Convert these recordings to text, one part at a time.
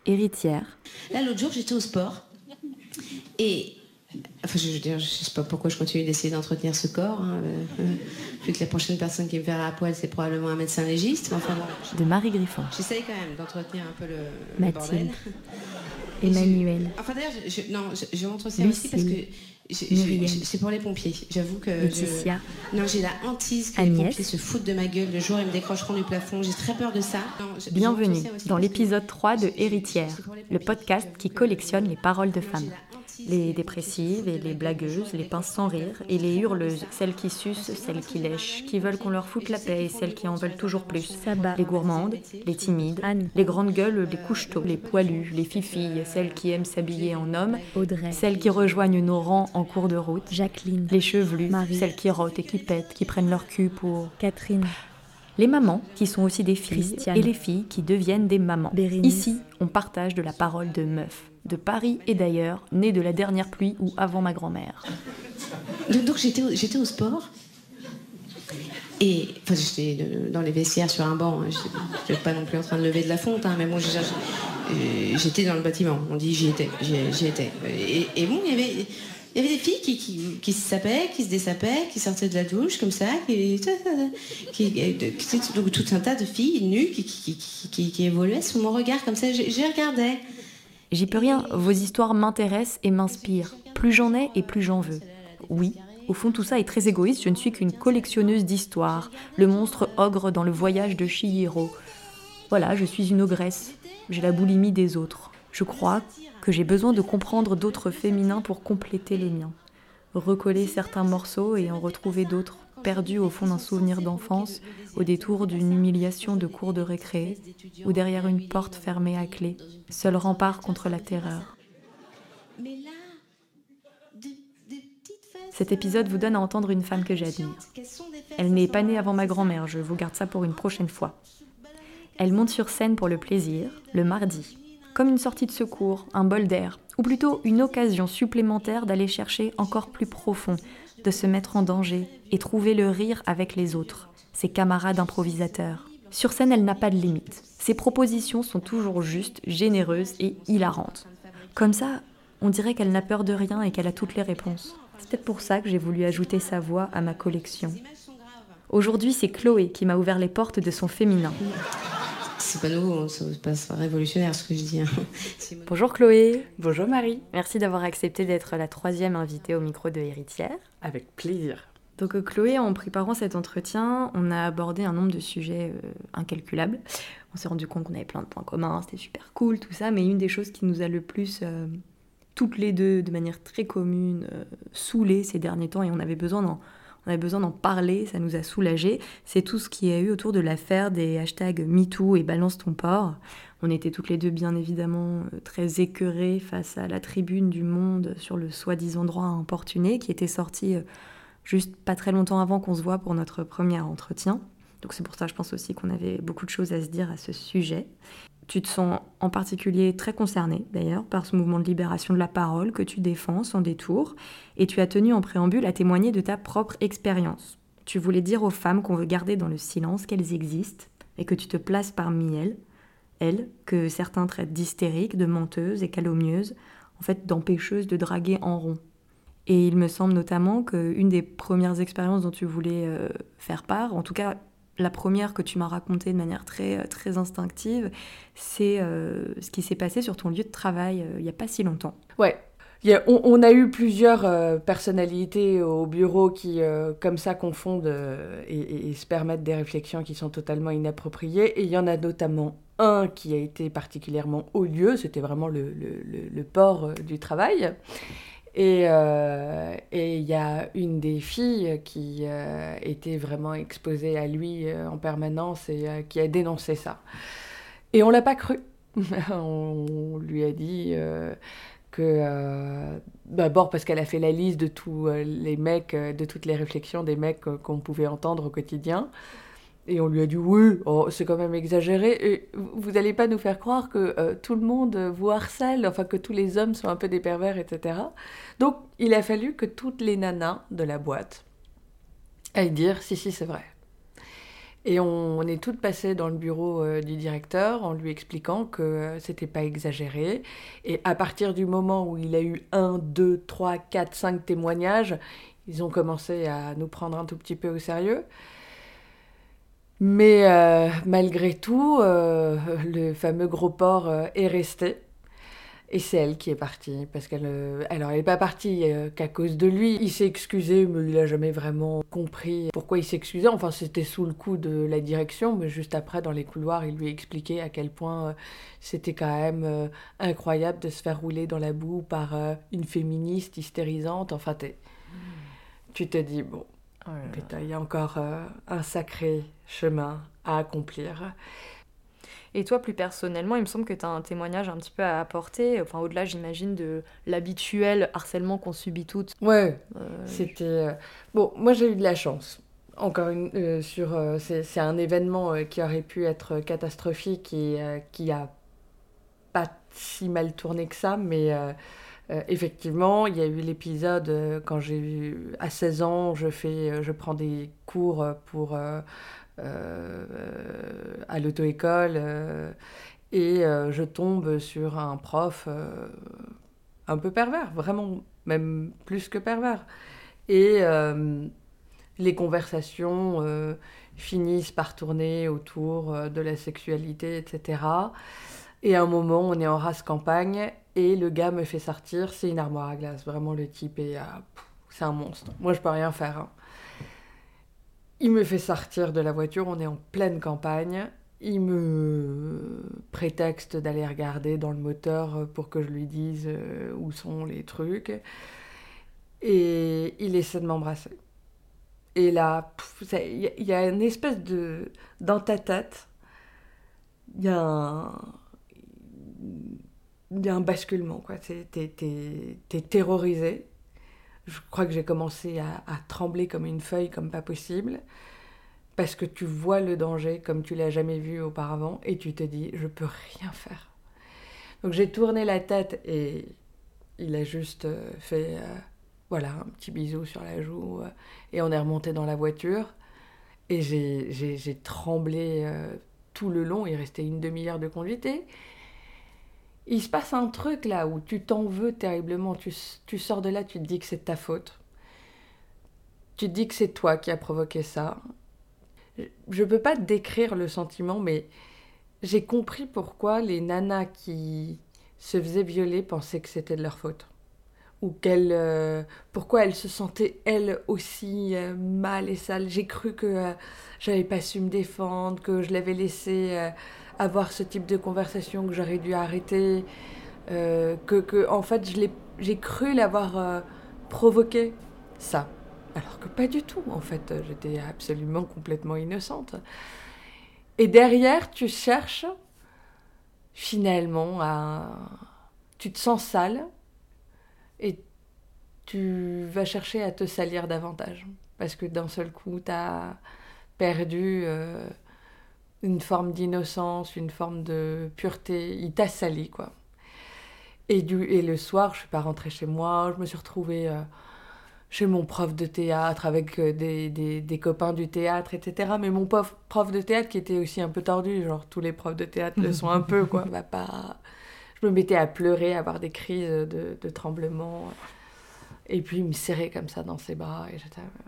Héritière. Là, l'autre jour, j'étais au sport. Et... Enfin, je veux dire, je sais pas pourquoi je continue d'essayer d'entretenir ce corps. Vu que la prochaine personne qui me verra à poil, c'est probablement un médecin légiste. Mais enfin, bon, De Marie Griffon. j'essaye quand même d'entretenir un peu le Mathilde. bordel. Emmanuel. Enfin, d'ailleurs, je m'entretiens aussi parce que c'est pour les pompiers. J'avoue que Laetitia. j'ai la hantise que Agnès. les pompiers se foutent de ma gueule le jour où ils me décrocheront du plafond. J'ai très peur de ça. Bienvenue dans l'épisode 3 de Héritière, le podcast qui collectionne les paroles de femmes. Les dépressives et les blagueuses, les pinces sans rire et les hurleuses, celles qui sucent, celles qui lèchent, qui veulent qu'on leur foute la paix et celles qui en veulent toujours plus. Saba. Les gourmandes, les timides, Anne. les grandes gueules, les couche-tôt, les poilus, les fifilles, celles qui aiment s'habiller en homme, Audrey. celles qui rejoignent nos rangs en cours de route, Jacqueline. les chevelus, Marie. celles qui rotent et qui pètent, qui prennent leur cul pour... Catherine. Les mamans, qui sont aussi des filles, Christiane. et les filles qui deviennent des mamans. Bérénice. Ici, on partage de la parole de meuf, de Paris et d'ailleurs, née de la dernière pluie ou avant ma grand-mère. Donc j'étais au sport. Et enfin, j'étais dans les vestiaires sur un banc. Je n'étais pas non plus en train de lever de la fonte, mais bon, j'étais dans le bâtiment. On dit j'y étais. Et bon, il y avait des filles qui se sapaient, qui se dessapaient, qui sortaient de la douche comme ça, donc tout un tas de filles nues qui évoluaient sous mon regard comme ça. Je regardais. J'y peux rien, vos histoires m'intéressent et m'inspirent. Plus j'en ai et plus j'en veux. Oui, au fond tout ça est très égoïste, je ne suis qu'une collectionneuse d'histoires, le monstre ogre dans le voyage de Chihiro. Voilà, je suis une ogresse, j'ai la boulimie des autres. Je crois que j'ai besoin de comprendre d'autres féminins pour compléter les miens. Recoller certains morceaux et en retrouver d'autres, perdus au fond d'un souvenir d'enfance, au détour d'une humiliation de cours de récré, ou derrière une porte fermée à clé, seul rempart contre la terreur. Cet épisode vous donne à entendre une femme que j'admire. Elle n'est pas née avant ma grand-mère, je vous garde ça pour une prochaine fois. Elle monte sur scène pour le plaisir, le mardi, comme une sortie de secours, un bol d'air, ou plutôt une occasion supplémentaire d'aller chercher encore plus profond, de se mettre en danger et trouver le rire avec les autres, ses camarades improvisateurs. Sur scène, elle n'a pas de limite. Ses propositions sont toujours justes, généreuses et hilarantes. Comme ça, on dirait qu'elle n'a peur de rien et qu'elle a toutes les réponses. C'est peut-être pour ça que j'ai voulu ajouter sa voix à ma collection. Aujourd'hui, c'est Chloé qui m'a ouvert les portes de son féminin. C'est pas nouveau, c'est pas révolutionnaire ce que je dis. Bonjour Chloé. Bonjour Marie. Merci d'avoir accepté d'être la 3e invitée au micro de Héritière. Avec plaisir. Donc Chloé, en préparant cet entretien, on a abordé un nombre de sujets incalculables. On s'est rendu compte qu'on avait plein de points communs, c'était super cool, tout ça, mais une des choses qui nous a le plus, toutes les deux, de manière très commune, saoulées ces derniers temps, et on avait besoin d'en parler, ça nous a soulagés, c'est tout ce qu'il y a eu autour de l'affaire des hashtags MeToo et Balance ton porc. On était toutes les deux bien évidemment très écœurées face à la tribune du Monde sur le soi-disant droit à importuner qui était sortie juste pas très longtemps avant qu'on se voit pour notre premier entretien. Donc c'est pour ça, je pense aussi qu'on avait beaucoup de choses à se dire à ce sujet. Tu te sens en particulier très concernée, d'ailleurs, par ce mouvement de libération de la parole que tu défends sans détour, et tu as tenu en préambule à témoigner de ta propre expérience. Tu voulais dire aux femmes qu'on veut garder dans le silence qu'elles existent, et que tu te places parmi elles, que certains traitent d'hystériques, de menteuses et calomnieuses, en fait d'empêcheuses de draguer en rond. Et il me semble notamment qu'une des premières expériences dont tu voulais faire part, en tout cas la première que tu m'as racontée de manière très, très instinctive, c'est ce qui s'est passé sur ton lieu de travail il n'y a pas si longtemps. Ouais, on a eu plusieurs personnalités au bureau qui, comme ça, confondent et se permettent des réflexions qui sont totalement inappropriées. Et il y en a notamment un qui a été particulièrement odieux, c'était vraiment le porc du travail. Et il y a une des filles qui était vraiment exposée à lui en permanence et qui a dénoncé ça. Et on l'a pas cru. On lui a dit que d'abord parce qu'elle a fait la liste de tous les mecs, de toutes les réflexions des mecs qu'on pouvait entendre au quotidien. Et on lui a dit oui, c'est quand même exagéré. Et vous n'allez pas nous faire croire que tout le monde vous harcèle, enfin que tous les hommes sont un peu des pervers, etc. Donc il a fallu que toutes les nanas de la boîte aillent dire si c'est vrai. Et on est toutes passées dans le bureau du directeur en lui expliquant que c'était pas exagéré. Et à partir du moment où il a eu 1, 2, 3, 4, 5 témoignages, ils ont commencé à nous prendre un tout petit peu au sérieux. Mais malgré tout, le fameux gros porc est resté. Et c'est elle qui est partie, parce alors elle n'est pas partie qu'à cause de lui. Il s'est excusé, mais il n'a jamais vraiment compris pourquoi il s'excusait. Enfin, c'était sous le coup de la direction, mais juste après, dans les couloirs, il lui a expliqué à quel point c'était quand même incroyable de se faire rouler dans la boue par une féministe hystérisante. Enfin, tu te dis, bon, Oh là là. putain, il y a encore un sacré chemin à accomplir. Et toi, plus personnellement, il me semble que tu as un témoignage un petit peu à apporter, enfin au-delà, j'imagine, de l'habituel harcèlement qu'on subit toutes. Ouais, c'était... Bon, moi j'ai eu de la chance. Encore c'est un événement qui aurait pu être catastrophique et qui a pas si mal tourné que ça, mais effectivement, il y a eu l'épisode quand à 16 ans, je prends des cours à l'auto-école et je tombe sur un prof un peu pervers, vraiment, même plus que pervers. Et les conversations finissent par tourner autour de la sexualité, etc. Et à un moment, on est en race campagne et le gars me fait sortir, c'est une armoire à glace. Vraiment, le type c'est un monstre. Moi, je peux rien faire. Hein. Il me fait sortir de la voiture, on est en pleine campagne. Il me prétexte d'aller regarder dans le moteur pour que je lui dise où sont les trucs. Et il essaie de m'embrasser. Et là, il y a une espèce de... Dans ta tête, il y a un basculement, quoi. T'es terrorisé. Je crois que j'ai commencé à trembler comme une feuille, comme pas possible. Parce que tu vois le danger comme tu l'as jamais vu auparavant. Et tu te dis, je peux rien faire. Donc j'ai tourné la tête et il a juste fait... voilà, un petit bisou sur la joue. Et on est remonté dans la voiture. Et j'ai tremblé tout le long. Il restait une demi-heure de conduite. Et il se passe un truc là où tu t'en veux terriblement. Tu sors de là, tu te dis que c'est de ta faute. Tu te dis que c'est toi qui as provoqué ça. Je peux pas te décrire le sentiment, mais j'ai compris pourquoi les nanas qui se faisaient violer pensaient que c'était de leur faute. Ou pourquoi elles se sentaient elles aussi mal et sales. J'ai cru que j'avais pas su me défendre, que je l'avais laissé avoir ce type de conversation, que j'aurais dû arrêter, que en fait j'ai cru l'avoir provoqué, ça. Alors que pas du tout, en fait, j'étais absolument complètement innocente. Et derrière, tu cherches finalement tu te sens sale, et tu vas chercher à te salir davantage. Parce que d'un seul coup, tu as perdu une forme d'innocence, une forme de pureté. Il t'a sali, quoi. Et le soir, je suis pas rentrée chez moi. Je me suis retrouvée chez mon prof de théâtre avec des copains du théâtre, etc. Mais mon prof de théâtre qui était aussi un peu tordu, genre tous les profs de théâtre le sont un peu, quoi. Je me mettais à pleurer, à avoir des crises de tremblement. Et puis il me serrait comme ça dans ses bras. Et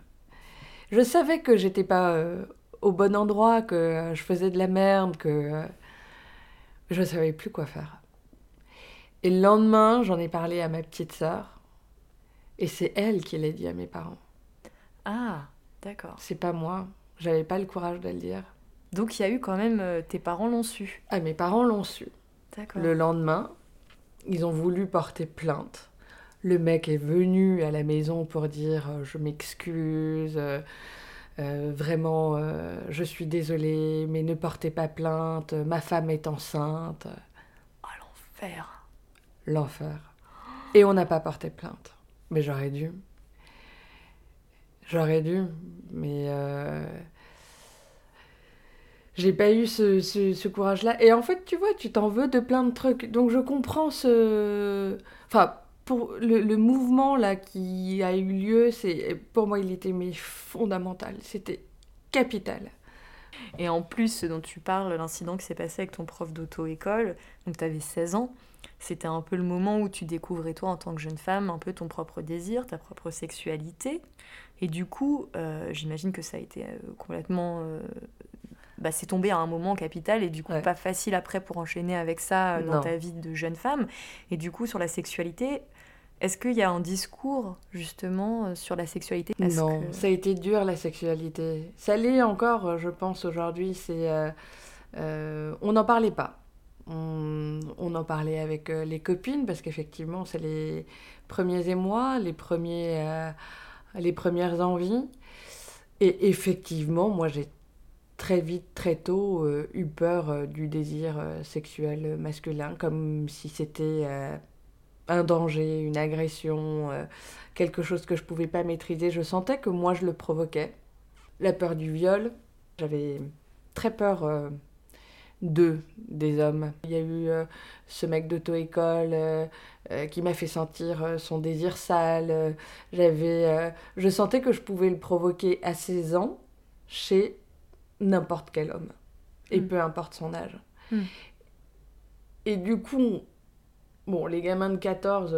je savais que j'étais pas au bon endroit, que je faisais de la merde, que je savais plus quoi faire. Et le lendemain, j'en ai parlé à ma petite sœur. Et c'est elle qui l'a dit à mes parents. Ah, d'accord. C'est pas moi. J'avais pas le courage de le dire. Donc il y a eu quand même... tes parents l'ont su. Ah, mes parents l'ont su. D'accord. Le lendemain, ils ont voulu porter plainte. Le mec est venu à la maison pour dire je m'excuse, vraiment je suis désolée, mais ne portez pas plainte, ma femme est enceinte. Oh, l'enfer. L'enfer. Et on n'a pas porté plainte. Mais j'aurais dû. Mais j'ai pas eu ce courage-là. Et en fait, tu vois, tu t'en veux de plein de trucs. Donc je comprends Enfin, pour le mouvement là qui a eu lieu, pour moi, il était fondamental. C'était capital. Et en plus, ce dont tu parles, l'incident qui s'est passé avec ton prof d'auto-école, donc tu avais 16 ans, c'était un peu le moment où tu découvrais, toi, en tant que jeune femme, un peu ton propre désir, ta propre sexualité. Et du coup, j'imagine que ça a été complètement... c'est tombé à un moment capital et du coup, pas facile après pour enchaîner avec ça dans ta vie de jeune femme. Et du coup, sur la sexualité... Est-ce qu'il y a un discours, justement, sur la sexualité ? Non, ça a été dur, la sexualité. Ça l'est encore, je pense, aujourd'hui. On n'en parlait pas. On en parlait avec les copines, parce qu'effectivement, c'est les premiers émois, les premières envies. Et effectivement, moi, j'ai très vite, très tôt, eu peur du désir sexuel masculin, comme si c'était... un danger, une agression, quelque chose que je pouvais pas maîtriser. Je sentais que moi, je le provoquais. La peur du viol, j'avais très peur des hommes. Il y a eu ce mec d'auto-école qui m'a fait sentir son désir sale. Je sentais que je pouvais le provoquer à 16 ans chez n'importe quel homme, et peu importe son âge. Et du coup... Bon, les gamins de 14,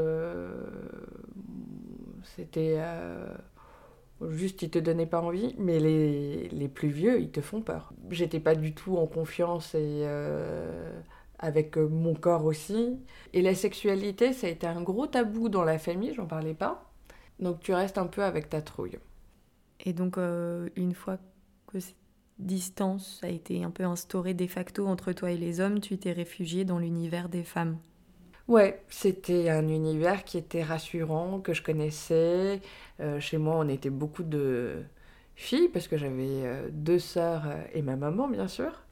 c'était... juste, ils te donnaient pas envie, mais les plus vieux, ils te font peur. J'étais pas du tout en confiance et avec mon corps aussi. Et la sexualité, ça a été un gros tabou dans la famille, j'en parlais pas. Donc tu restes un peu avec ta trouille. Et donc, une fois que cette distance a été un peu instaurée de facto entre toi et les hommes, tu t'es réfugiée dans l'univers des femmes. Ouais, c'était un univers qui était rassurant, que je connaissais. Chez moi, on était beaucoup de filles, parce que j'avais 2 sœurs et ma maman, bien sûr.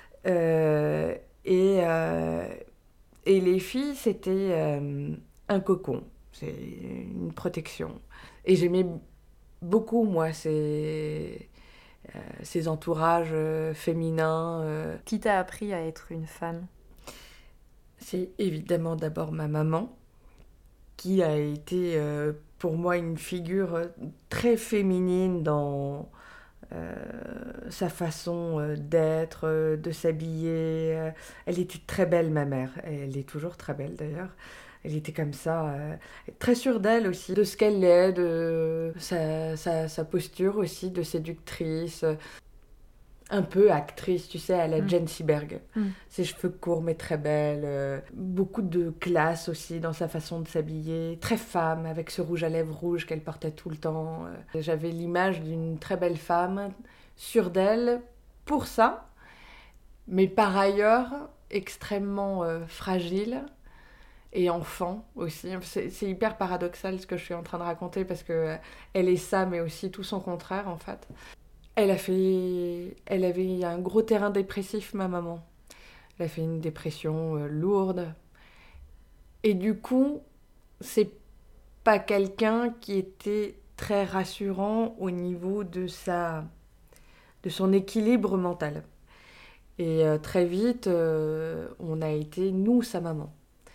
Et les filles, c'était un cocon, c'est une protection. Et j'aimais beaucoup, moi, ces entourages féminins. Qui t'a appris à être une femme ? C'est évidemment d'abord ma maman, qui a été pour moi une figure très féminine dans sa façon d'être, de s'habiller. Elle était très belle, ma mère. Elle est toujours très belle d'ailleurs. Elle était comme ça, très sûre d'elle aussi, de ce qu'elle est, de sa posture aussi, de séductrice. Un peu actrice, tu sais, à la Jane Seberg. Ses cheveux courts mais très belle. Beaucoup de classe aussi dans sa façon de s'habiller. Très femme, avec ce rouge à lèvres rouge qu'elle portait tout le temps. J'avais l'image d'une très belle femme, sûre d'elle, pour ça. Mais par ailleurs, extrêmement fragile. Et enfant aussi. C'est hyper paradoxal ce que je suis en train de raconter, parce que elle est ça, mais aussi tout son contraire, en fait. Elle avait un gros terrain dépressif, ma maman. Elle a fait une dépression lourde. Et du coup, c'est pas quelqu'un qui était très rassurant au niveau de son équilibre mental. Et très vite, on a été, nous, sa maman.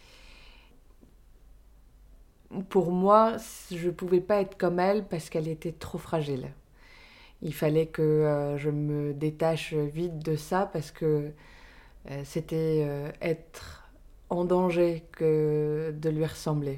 Pour moi, je pouvais pas être comme elle parce qu'elle était trop fragile. Il fallait que je me détache vite de ça, parce que c'était être en danger que de lui ressembler.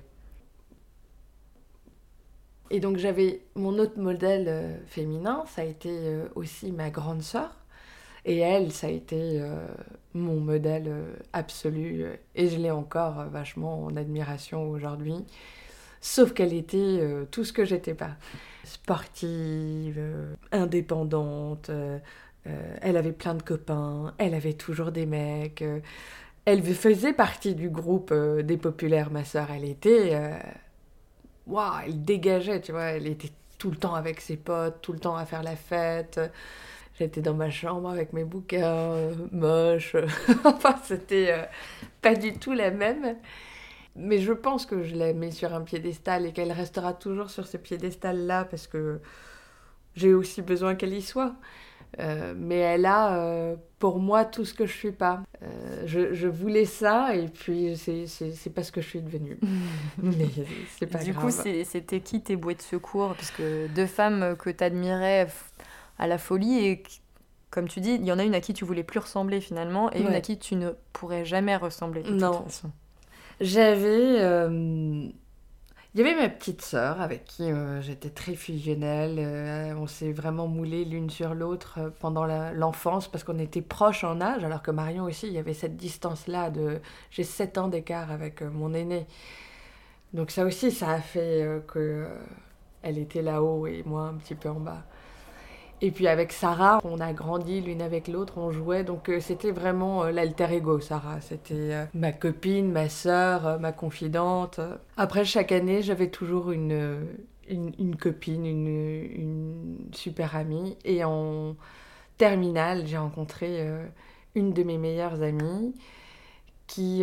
Et donc j'avais mon autre modèle féminin, ça a été aussi ma grande sœur. Et elle, ça a été mon modèle absolu. Et je l'ai encore vachement en admiration aujourd'hui. Sauf qu'elle était tout ce que j'étais pas. Sportive, indépendante, elle avait plein de copains, elle avait toujours des mecs. Elle faisait partie du groupe des populaires, ma sœur. Elle était... Waouh, elle dégageait, tu vois. Elle était tout le temps avec ses potes, tout le temps à faire la fête. J'étais dans ma chambre avec mes bouquins, moches. Enfin, c'était pas du tout la même. Mais je pense que je l'ai mis sur un piédestal et qu'elle restera toujours sur ce piédestal-là, parce que j'ai aussi besoin qu'elle y soit. Mais elle a, pour moi, tout ce que je suis pas. Je voulais ça, et puis c'est pas ce que je suis devenue. Mais c'est pas grave. Du coup, c'était qui tes bouées de secours ? Parce que 2 femmes que t'admirais à la folie, et comme tu dis, il y en a une à qui tu voulais plus ressembler finalement, et une à qui tu ne pourrais jamais ressembler de toute façon. J'avais... Il y avait ma petite sœur avec qui j'étais très fusionnelle. On s'est vraiment moulés l'une sur l'autre pendant l'enfance parce qu'on était proches en âge, alors que Marion aussi, il y avait cette distance-là de... J'ai 7 ans d'écart avec mon aîné. Donc ça aussi, ça a fait que elle était là-haut et moi un petit peu en bas. Et puis avec Sarah, on a grandi l'une avec l'autre, on jouait, donc c'était vraiment l'alter ego, Sarah. C'était ma copine, ma sœur, ma confidente. Après, chaque année, j'avais toujours une copine, une super amie. Et en terminale, j'ai rencontré une de mes meilleures amies qui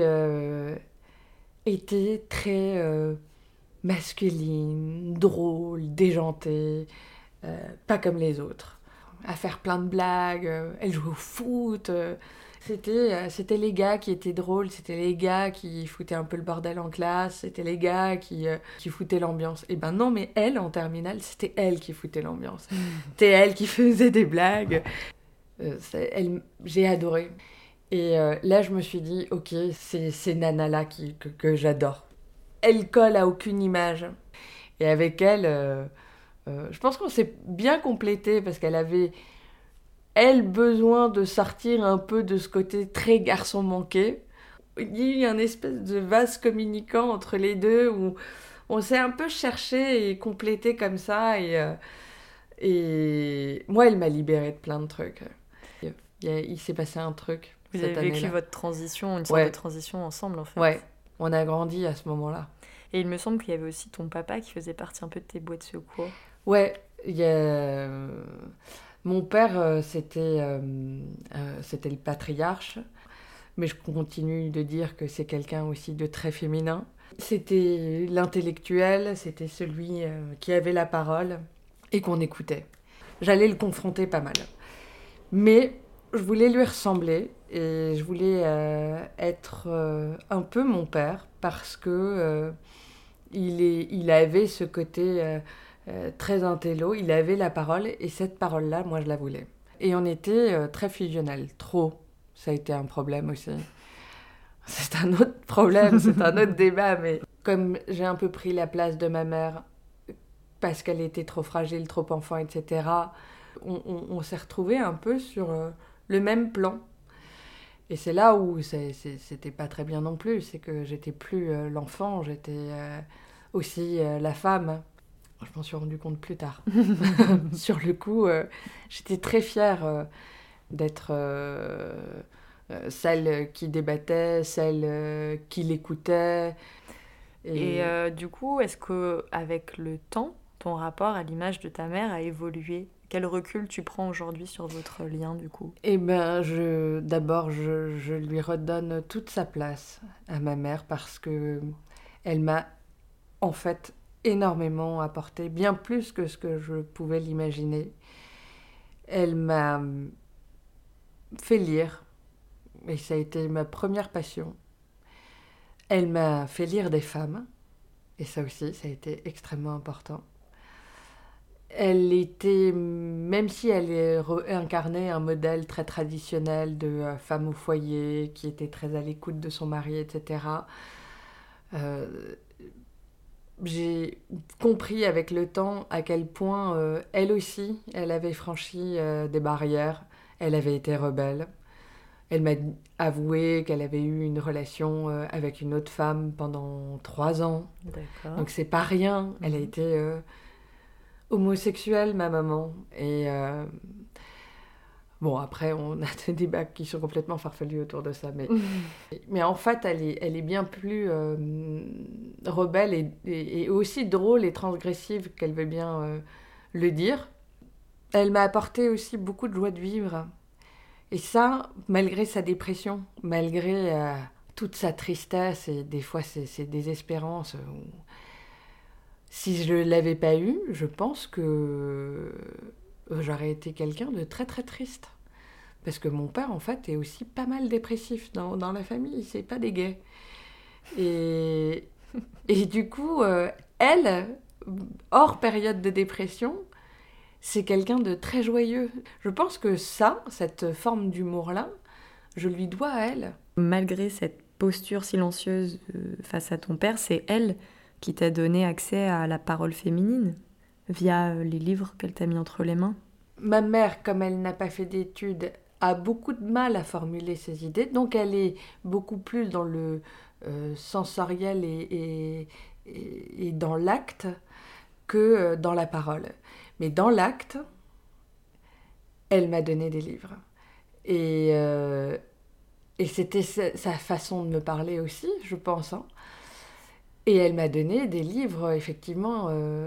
était très masculine, drôle, déjantée. Pas comme les autres, à faire plein de blagues, elle jouait au foot, c'était les gars qui étaient drôles, c'était les gars qui foutaient un peu le bordel en classe, c'était les gars qui foutaient l'ambiance. Et ben non, mais elle, en terminale, c'était elle qui foutait l'ambiance. C'était elle qui faisait des blagues. J'ai adoré. Et là, je me suis dit, ok, c'est ces nanas-là que j'adore. Elle colle à aucune image. Et avec elle... je pense qu'on s'est bien complété parce qu'elle avait, elle, besoin de sortir un peu de ce côté très garçon manqué. Il y a eu un espèce de vase communicant entre les deux où on s'est un peu cherché et complété comme ça. Et moi, elle m'a libérée de plein de trucs. Il s'est passé un truc. Vous avez vécu votre transition, une sorte de transition ensemble en fait. Ouais, on a grandi à ce moment-là. Et il me semble qu'il y avait aussi ton papa qui faisait partie un peu de tes boîtes de secours. Ouais, mon père, c'était le patriarche, mais je continue de dire que c'est quelqu'un aussi de très féminin. C'était l'intellectuel, c'était celui qui avait la parole et qu'on écoutait. J'allais le confronter pas mal. Mais je voulais lui ressembler et je voulais être un peu mon père parce que il avait ce côté... très intello, il avait la parole et cette parole-là, moi je la voulais. Et on était très fusionnels, trop. Ça a été un problème aussi. C'est un autre problème, c'est un autre débat, mais comme j'ai un peu pris la place de ma mère parce qu'elle était trop fragile, trop enfant, etc., on s'est retrouvés un peu sur le même plan. Et c'est là où c'était pas très bien non plus, c'est que j'étais plus l'enfant, j'étais aussi la femme. Je m'en suis rendu compte plus tard. Sur le coup, j'étais très fière d'être celle qui débattait, celle qui l'écoutait. Et du coup, est-ce qu'avec le temps, ton rapport à l'image de ta mère a évolué ? Quel recul tu prends aujourd'hui sur votre lien, du coup ? Eh bien, d'abord, je lui redonne toute sa place à ma mère parce que elle m'a, en fait, énormément apporté, bien plus que ce que je pouvais l'imaginer. Elle m'a fait lire, et ça a été ma première passion. Elle m'a fait lire des femmes, et ça aussi, ça a été extrêmement important. Elle était, même si elle incarnait un modèle très traditionnel de femme au foyer, qui était très à l'écoute de son mari, etc., j'ai compris avec le temps à quel point elle aussi, elle avait franchi des barrières, elle avait été rebelle. Elle m'a avoué qu'elle avait eu une relation avec une autre femme pendant 3 ans. D'accord. Donc c'est pas rien, elle a été homosexuelle, ma maman. Et bon, après, on a des débats qui sont complètement farfelus autour de ça. Mais en fait, elle est bien plus rebelle et aussi drôle et transgressive qu'elle veut bien le dire. Elle m'a apporté aussi beaucoup de joie de vivre. Et ça, malgré sa dépression, malgré toute sa tristesse et des fois ses désespérances. Si je ne l'avais pas eu, je pense que j'aurais été quelqu'un de très très triste. Parce que mon père, en fait, est aussi pas mal dépressif dans la famille, c'est pas des gays. Et du coup, elle, hors période de dépression, c'est quelqu'un de très joyeux. Je pense que cette forme d'humour-là, je lui dois à elle. Malgré cette posture silencieuse face à ton père, c'est elle qui t'a donné accès à la parole féminine via les livres qu'elle t'a mis entre les mains. Ma mère, comme elle n'a pas fait d'études, a beaucoup de mal à formuler ses idées, donc elle est beaucoup plus dans le sensoriel et dans l'acte que dans la parole. Mais dans l'acte, elle m'a donné des livres. Et c'était sa façon de me parler aussi, je pense. Hein. Et elle m'a donné des livres, effectivement,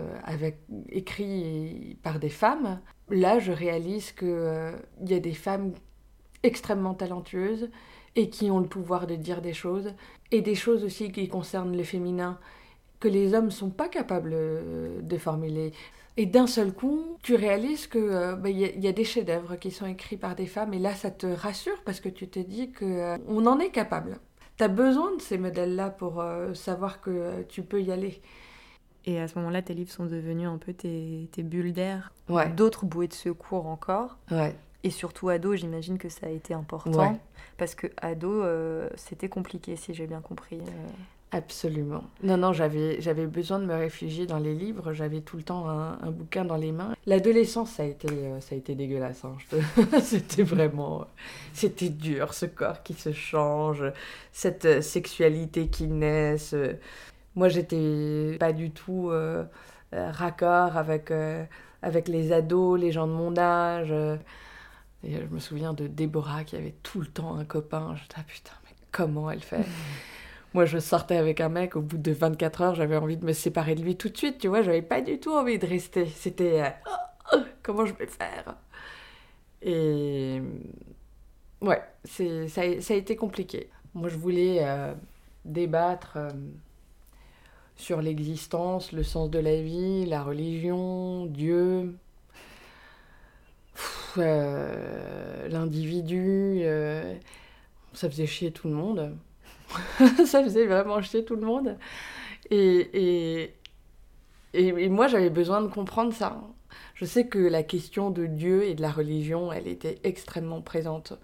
écrits par des femmes. Là, je réalise qu'il y a des femmes extrêmement talentueuses et qui ont le pouvoir de dire des choses. Et des choses aussi qui concernent le féminin que les hommes ne sont pas capables de formuler. Et d'un seul coup, tu réalises qu'il y a des chefs-d'œuvre qui sont écrits par des femmes. Et là, ça te rassure parce que tu te dis qu'on en est capable. T'as besoin de ces modèles-là pour savoir que tu peux y aller. Et à ce moment-là, tes livres sont devenus un peu tes bulles d'air. Ouais. D'autres bouées de secours encore. Ouais. Et surtout ado, j'imagine que ça a été important. Ouais. Parce que ado, c'était compliqué, si j'ai bien compris. Absolument. Non, j'avais besoin de me réfugier dans les livres. J'avais tout le temps un bouquin dans les mains. L'adolescence, ça a été dégueulasse. Hein. C'était vraiment... C'était dur, ce corps qui se change, cette sexualité qui naît. Moi, j'étais pas du tout raccord avec les ados, les gens de mon âge. Et je me souviens de Déborah qui avait tout le temps un copain. Je disais, ah putain, mais comment elle fait ? Moi, je sortais avec un mec, au bout de 24 heures, j'avais envie de me séparer de lui tout de suite, tu vois, j'avais pas du tout envie de rester. C'était comment je vais faire ? Et ouais, ça a été compliqué. Moi, je voulais débattre sur l'existence, le sens de la vie, la religion, Dieu, l'individu. Ça faisait chier tout le monde. Ça faisait vraiment chier tout le monde. Et moi, j'avais besoin de comprendre ça. Je sais que la question de Dieu et de la religion, elle était extrêmement présente.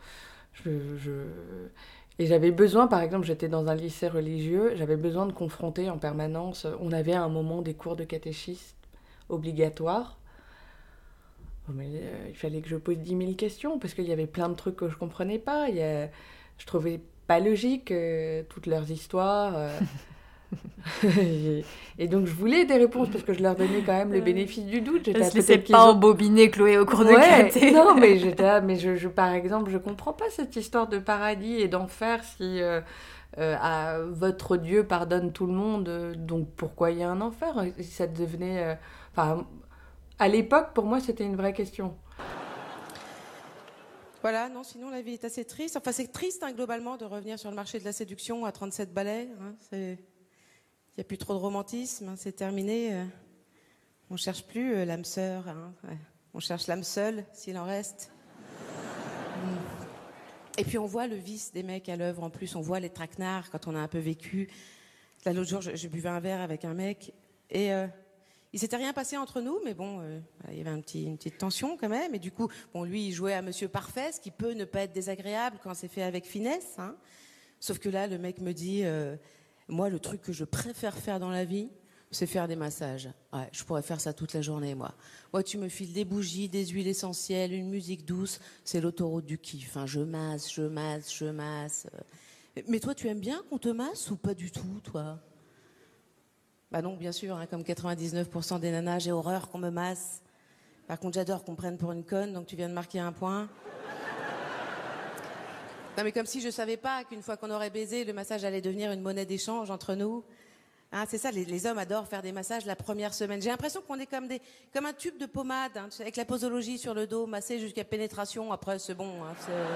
Et j'avais besoin, par exemple, j'étais dans un lycée religieux, j'avais besoin de confronter en permanence. On avait à un moment des cours de catéchisme obligatoires. Mais il fallait que je pose 10 000 questions, parce qu'il y avait plein de trucs que je comprenais pas. Je trouvais pas logique, toutes leurs histoires. Et donc je voulais des réponses parce que je leur donnais quand même le bénéfice du doute. Je ne laissais pas embobiner Chloé au cours de caté. Non, mais j'étais là, mais par exemple, je comprends pas cette histoire de paradis et d'enfer si votre Dieu pardonne tout le monde, donc pourquoi il y a un enfer ? Ça devenait... à l'époque, pour moi, c'était une vraie question. Voilà, non, sinon la vie est assez triste. Enfin, c'est triste, hein, globalement, de revenir sur le marché de la séduction à 37 balais. Hein, il n'y a plus trop de romantisme, hein, c'est terminé. On ne cherche plus l'âme sœur. Hein, ouais. On cherche l'âme seule, s'il en reste. Et puis on voit le vice des mecs à l'œuvre. En plus, on voit les traquenards quand on a un peu vécu. Là, l'autre jour, je buvais un verre avec un mec et... il s'était rien passé entre nous, mais bon, il y avait une petite tension quand même. Et du coup, bon, lui, il jouait à Monsieur Parfait, ce qui peut ne pas être désagréable quand c'est fait avec finesse. Hein. Sauf que là, le mec me dit, moi, le truc que je préfère faire dans la vie, c'est faire des massages. Ouais, je pourrais faire ça toute la journée, moi. Moi, tu me files des bougies, des huiles essentielles, une musique douce, c'est l'autoroute du kiff. Hein. Je masse. Mais toi, tu aimes bien qu'on te masse ou pas du tout, toi ? Bah non, bien sûr, hein, comme 99% des nanas, j'ai horreur qu'on me masse. Par contre, j'adore qu'on me prenne pour une conne, donc tu viens de marquer un point. Non, mais comme si je savais pas qu'une fois qu'on aurait baisé, le massage allait devenir une monnaie d'échange entre nous. Hein, c'est ça, les hommes adorent faire des massages la première semaine. J'ai l'impression qu'on est comme un tube de pommade, hein, avec la posologie sur le dos, massé jusqu'à pénétration. Après, c'est bon. Hein,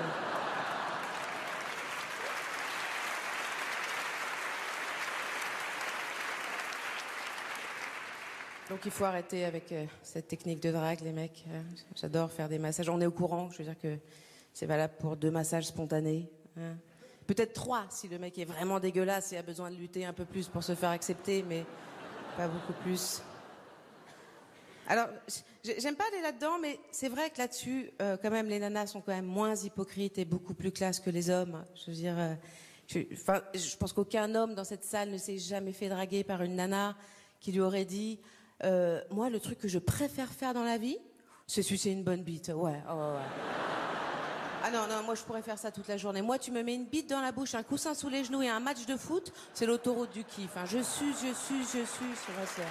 Donc il faut arrêter avec cette technique de drague, les mecs. J'adore faire des massages. On est au courant, je veux dire que c'est valable pour 2 massages spontanés. Hein. Peut-être 3 si le mec est vraiment dégueulasse et a besoin de lutter un peu plus pour se faire accepter, mais pas beaucoup plus. Alors, j'aime pas aller là-dedans, mais c'est vrai que là-dessus, quand même, les nanas sont quand même moins hypocrites et beaucoup plus classe que les hommes. Je veux dire, je pense qu'aucun homme dans cette salle ne s'est jamais fait draguer par une nana qui lui aurait dit moi, le truc que je préfère faire dans la vie, c'est sucer une bonne bite. Ouais, oh, ouais. Ah non, moi je pourrais faire ça toute la journée. Moi, tu me mets une bite dans la bouche, un coussin sous les genoux et un match de foot, c'est l'autoroute du kiff. Hein. Je suce. Ouais, c'est...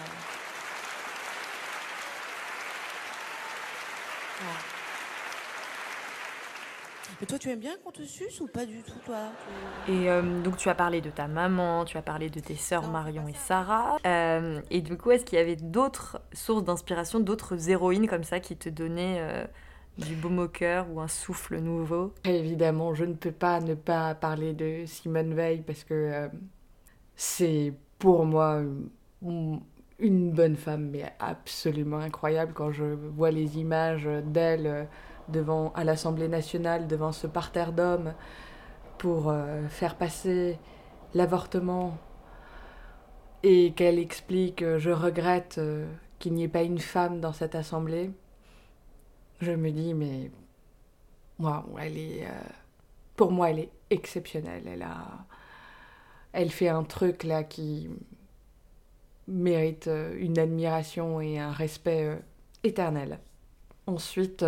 Mais toi, tu aimes bien qu'on te suce ou pas du tout, toi? Et donc tu as parlé de ta maman, tu as parlé de tes sœurs Marion et Sarah. Et du coup, est-ce qu'il y avait d'autres sources d'inspiration, d'autres héroïnes comme ça qui te donnaient du baume au cœur ou un souffle nouveau? Évidemment, je ne peux pas ne pas parler de Simone Veil parce que c'est pour moi une bonne femme, mais absolument incroyable. Quand je vois les images d'elle à l'Assemblée nationale, devant ce parterre d'hommes, pour faire passer l'avortement, et qu'elle explique « je regrette qu'il n'y ait pas une femme dans cette assemblée », je me dis mais wow, pour moi elle est exceptionnelle. Elle fait un truc là qui mérite une admiration et un respect éternel. Ensuite,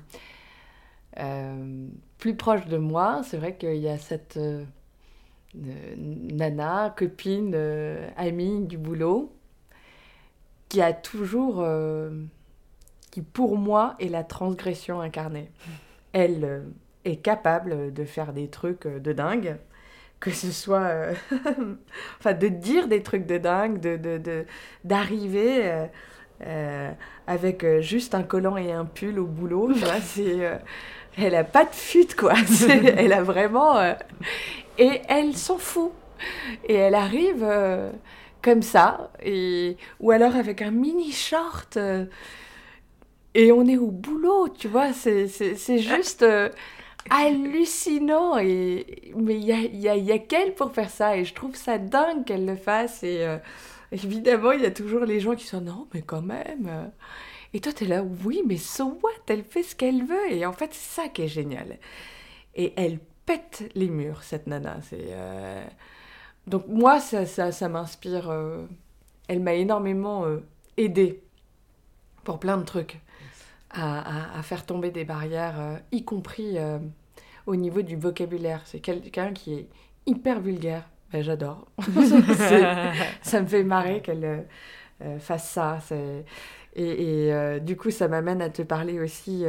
plus proche de moi, c'est vrai qu'il y a cette nana, copine, amie du boulot, qui a toujours, qui pour moi est la transgression incarnée. Elle est capable de faire des trucs de dingue, que ce soit, enfin, de dire des trucs de dingue, d'arriver avec juste un collant et un pull au boulot, tu vois, elle a pas de fuite, quoi. Elle a vraiment... et elle s'en fout. Et elle arrive comme ça, ou alors avec un mini short, et on est au boulot, tu vois, c'est juste hallucinant. Mais il y a qu'elle pour faire ça, et je trouve ça dingue qu'elle le fasse. Et évidemment, il y a toujours les gens qui sont « non, mais quand même ». Et toi, t'es là « oui, mais so what, elle fait ce qu'elle veut ». Et en fait, c'est ça qui est génial. Et elle pète les murs, cette nana. Donc moi, ça m'inspire. Elle m'a énormément aidée pour plein de trucs, à faire tomber des barrières, y compris au niveau du vocabulaire. C'est quelqu'un qui est hyper vulgaire. Ben, j'adore. Ça me fait marrer qu'elle fasse ça. Du coup, ça m'amène à te parler aussi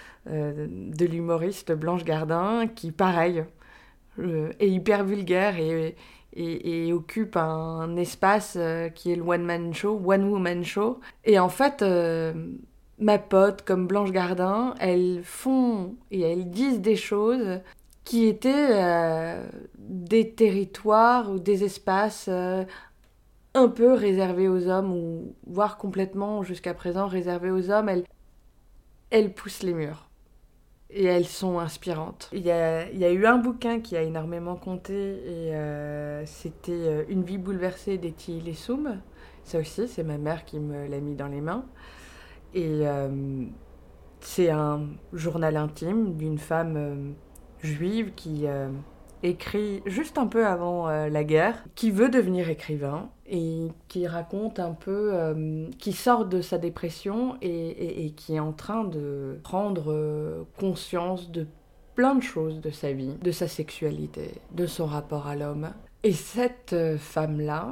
de l'humoriste Blanche Gardin, qui, pareil, est hyper vulgaire et occupe un espace qui est le one woman show. Et en fait, ma pote comme Blanche Gardin, elles font et elles disent des choses qui étaient des territoires ou des espaces un peu réservés aux hommes, ou voire complètement jusqu'à présent réservés aux hommes. Elles poussent les murs. Et elles sont inspirantes. Il y a eu un bouquin qui a énormément compté, et c'était Une vie bouleversée d'Etty Lessoum. Ça aussi, c'est ma mère qui me l'a mis dans les mains. Et c'est un journal intime d'une femme juive qui écrit juste un peu avant la guerre, qui veut devenir écrivain et qui raconte un peu, qui sort de sa dépression et qui est en train de prendre conscience de plein de choses de sa vie, de sa sexualité, de son rapport à l'homme. Et cette femme-là,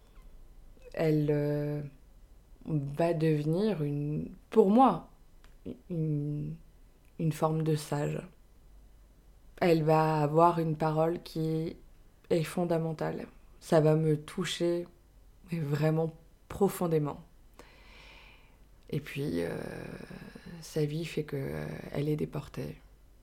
elle va devenir, pour moi, une forme de sage. Elle va avoir une parole qui est fondamentale. Ça va me toucher, mais vraiment profondément. Et puis, sa vie fait qu'elle est déportée.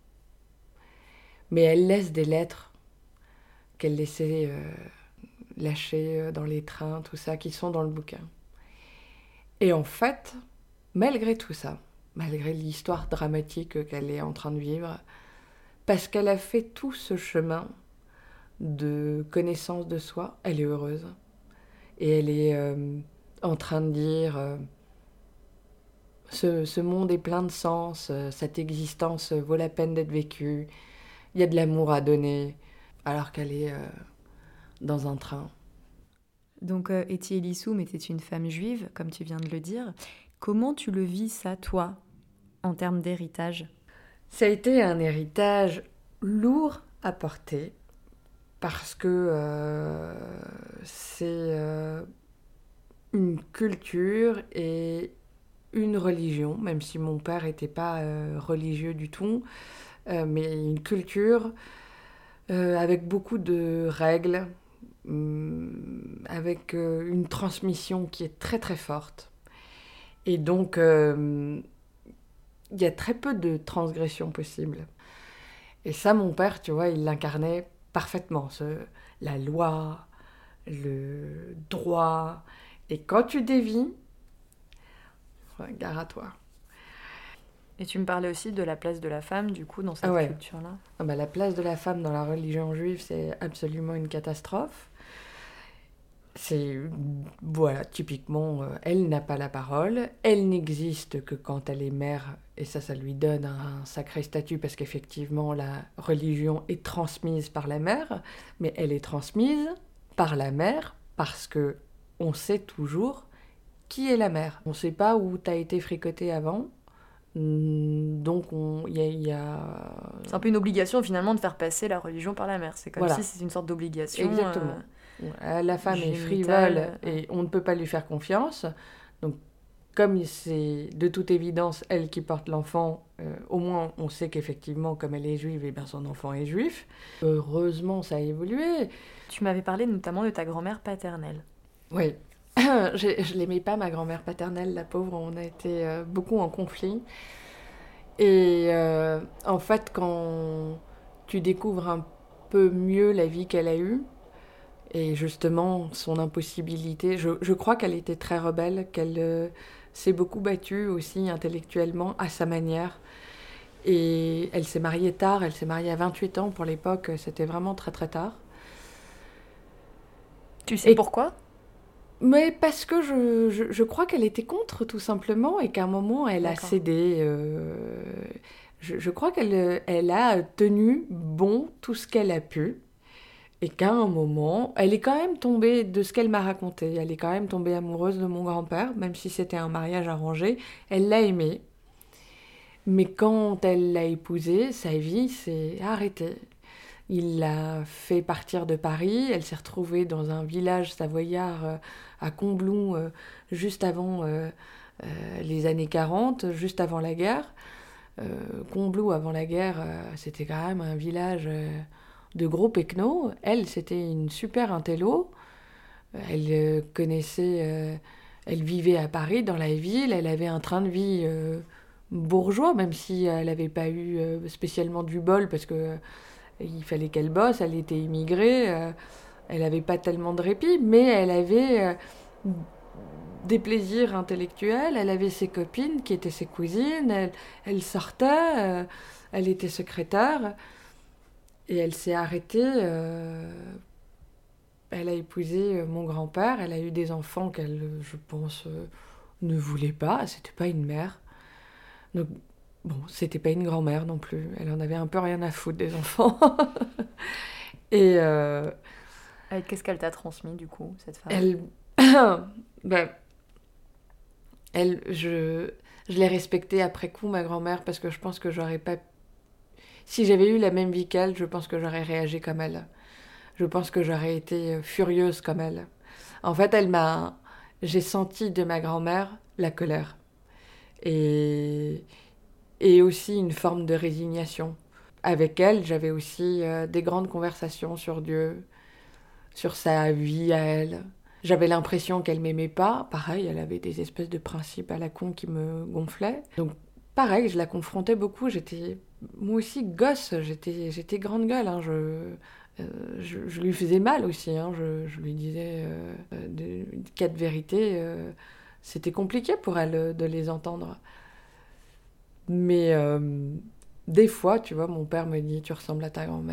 Mais elle laisse des lettres qu'elle laissait lâcher dans les trains, tout ça, qui sont dans le bouquin. Et en fait, malgré tout ça, malgré l'histoire dramatique qu'elle est en train de vivre, parce qu'elle a fait tout ce chemin de connaissance de soi, elle est heureuse. Et elle est en train de dire Ce monde est plein de sens, cette existence vaut la peine d'être vécue, il y a de l'amour à donner, alors qu'elle est dans un train. Donc, Etty Elissoum était une femme juive, comme tu viens de le dire. Comment tu le vis, ça, toi, en termes d'héritage ? Ça a été un héritage lourd à porter, parce que c'est une culture et une religion, même si mon père n'était pas religieux du tout, mais une culture avec beaucoup de règles, avec une transmission qui est très très forte. Et donc, il y a très peu de transgressions possibles. Et ça, mon père, tu vois, il l'incarnait parfaitement. La loi, le droit. Et quand tu dévies, gare à toi. Et tu me parlais aussi de la place de la femme, du coup, dans cette culture-là. La place de la femme dans la religion juive, c'est absolument une catastrophe. C'est, voilà, typiquement, elle n'a pas la parole, elle n'existe que quand elle est mère, et ça lui donne un sacré statut, parce qu'effectivement, la religion est transmise par la mère, mais elle est transmise par la mère parce que on sait toujours qui est la mère. On ne sait pas où t'as été fricoté avant, donc il y a... C'est un peu une obligation, finalement, de faire passer la religion par la mère. C'est comme si c'est une sorte d'obligation. Exactement. La femme est frivole et on ne peut pas lui faire confiance. Donc, comme c'est de toute évidence elle qui porte l'enfant, au moins on sait qu'effectivement, comme elle est juive, et son enfant est juif. Heureusement, ça a évolué. Tu m'avais parlé notamment de ta grand-mère paternelle. Oui. Je l'aimais pas, ma grand-mère paternelle, la pauvre. On a été beaucoup en conflit. Et en fait, quand tu découvres un peu mieux la vie qu'elle a eue, et justement, son impossibilité. Je crois qu'elle était très rebelle, qu'elle s'est beaucoup battue aussi intellectuellement à sa manière. Et elle s'est mariée tard, elle s'est mariée à 28 ans. Pour l'époque, c'était vraiment très très tard. Tu sais pourquoi ? Mais parce que je crois qu'elle était contre, tout simplement, et qu'à un moment, elle a cédé. Je crois qu'elle a tenu bon tout ce qu'elle a pu. Et qu'à un moment, elle est quand même tombée, de ce qu'elle m'a raconté, elle est quand même tombée amoureuse de mon grand-père, même si c'était un mariage arrangé, elle l'a aimé. Mais quand elle l'a épousé, sa vie s'est arrêtée. Il l'a fait partir de Paris, elle s'est retrouvée dans un village savoyard à Combloux, juste avant les années 40, juste avant la guerre. Combloux, avant la guerre, c'était quand même un village... de gros pecnos. Elle, c'était une super intello. Elle connaissait... elle vivait à Paris, dans la ville. Elle avait un train de vie bourgeois, même si elle n'avait pas eu spécialement du bol, parce que il fallait qu'elle bosse. Elle était immigrée. Elle n'avait pas tellement de répit, mais elle avait des plaisirs intellectuels. Elle avait ses copines, qui étaient ses cousines. Elle sortait. Elle était secrétaire. Et elle s'est arrêtée, elle a épousé mon grand-père, elle a eu des enfants qu'elle, je pense, ne voulait pas, c'était pas une mère. Donc, bon, c'était pas une grand-mère non plus, elle en avait un peu rien à foutre des enfants. Et... qu'est-ce qu'elle t'a transmis, du coup, cette femme ? Je l'ai respectée après coup, ma grand-mère, parce que je pense que j'aurais pas... Si j'avais eu la même vie qu'elle, je pense que j'aurais réagi comme elle. Je pense que j'aurais été furieuse comme elle. En fait, j'ai senti de ma grand-mère la colère. Et aussi une forme de résignation. Avec elle, j'avais aussi des grandes conversations sur Dieu, sur sa vie à elle. J'avais l'impression qu'elle m'aimait pas. Pareil, elle avait des espèces de principes à la con qui me gonflaient. Donc, pareil, je la confrontais beaucoup. J'étais... Moi aussi, gosse, j'étais grande gueule. Hein. Je lui faisais mal aussi. Hein. Je lui disais des cas de vérité. C'était compliqué pour elle de les entendre. Mais des fois, tu vois, mon père me dit « Tu ressembles à ta grand-mère ».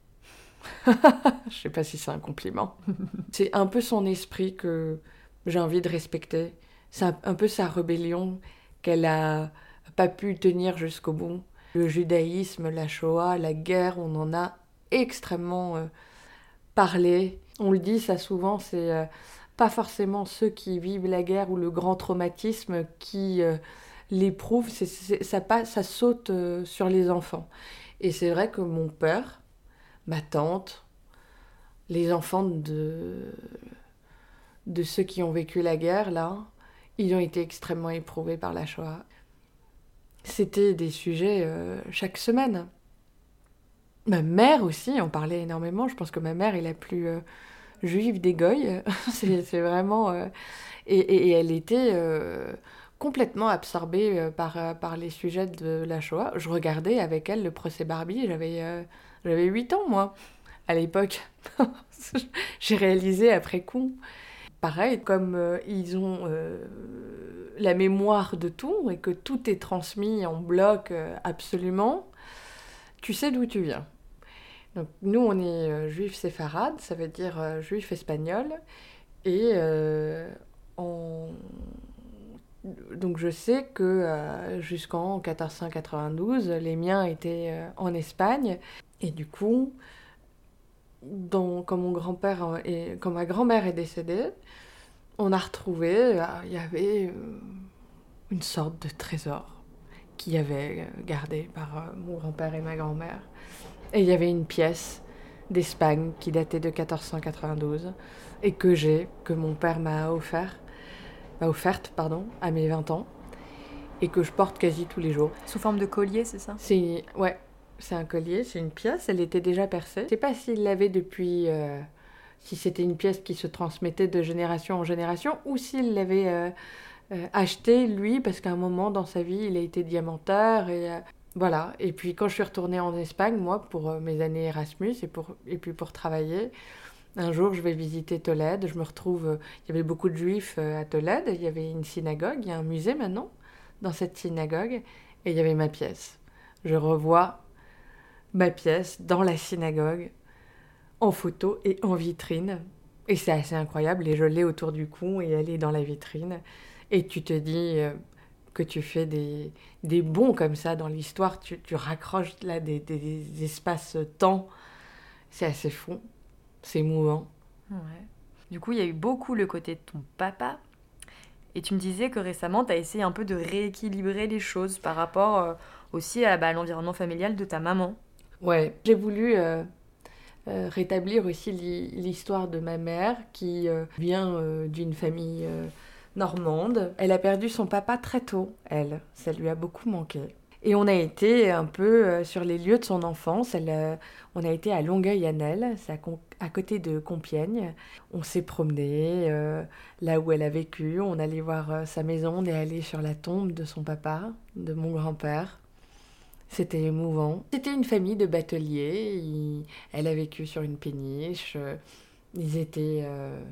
Je sais pas si c'est un compliment. C'est un peu son esprit que j'ai envie de respecter. C'est un peu sa rébellion qu'elle n'a pas pu tenir jusqu'au bout. Le judaïsme, la Shoah, la guerre, on en a extrêmement parlé. On le dit ça souvent, c'est pas forcément ceux qui vivent la guerre ou le grand traumatisme qui l'éprouvent, ça saute sur les enfants. Et c'est vrai que mon père, ma tante, les enfants de ceux qui ont vécu la guerre, là, ils ont été extrêmement éprouvés par la Shoah. C'était des sujets chaque semaine. Ma mère aussi en parlait énormément. Je pense que ma mère est la plus juive des Goy. c'est vraiment... Et elle était complètement absorbée par les sujets de la Shoah. Je regardais avec elle le procès Barbie. J'avais 8 ans, moi, à l'époque. J'ai réalisé après coup. Pareil, comme ils ont la mémoire de tout et que tout est transmis en bloc absolument, tu sais d'où tu viens. Donc, nous, on est juifs séfarades, ça veut dire juifs espagnols. Et donc, je sais que jusqu'en 1492, les miens étaient en Espagne. Et du coup, quand quand ma grand-mère est décédée, on a retrouvé, il y avait une sorte de trésor qui avait gardé par mon grand-père et ma grand-mère. Et il y avait une pièce d'Espagne qui datait de 1492 et que mon père m'a offerte, à mes 20 ans et que je porte quasi tous les jours. Sous forme de collier, c'est ça ? Ouais, c'est un collier, c'est une pièce, elle était déjà percée. Je ne sais pas s'il l'avait depuis... si c'était une pièce qui se transmettait de génération en génération ou s'il l'avait acheté, lui, parce qu'à un moment dans sa vie, il a été diamantaire et... Voilà, et puis quand je suis retournée en Espagne, moi, pour mes années Erasmus et puis pour travailler, un jour je vais visiter Tolède, je me retrouve, il y avait beaucoup de juifs à Tolède, il y avait une synagogue, il y a un musée maintenant dans cette synagogue, et il y avait ma pièce. Je revois ma pièce dans la synagogue, en photo et en vitrine, et c'est assez incroyable, et je l'ai autour du cou, et elle est dans la vitrine, et tu te dis... que tu fais des bonds comme ça dans l'histoire, tu raccroches là des espaces-temps. C'est assez fou, c'est émouvant. Ouais. Du coup, il y a eu beaucoup le côté de ton papa. Et tu me disais que récemment, tu as essayé un peu de rééquilibrer les choses par rapport aussi à l'environnement familial de ta maman. Ouais, j'ai voulu rétablir aussi l'histoire de ma mère qui vient d'une famille... normande. Elle a perdu son papa très tôt, elle. Ça lui a beaucoup manqué. Et on a été un peu sur les lieux de son enfance. On a été à Longueuil-Annel, c'est à côté de Compiègne. On s'est promené là où elle a vécu. On allait voir sa maison. On est allé sur la tombe de son papa, de mon grand-père. C'était émouvant. C'était une famille de bateliers. Elle a vécu sur une péniche. Ils étaient...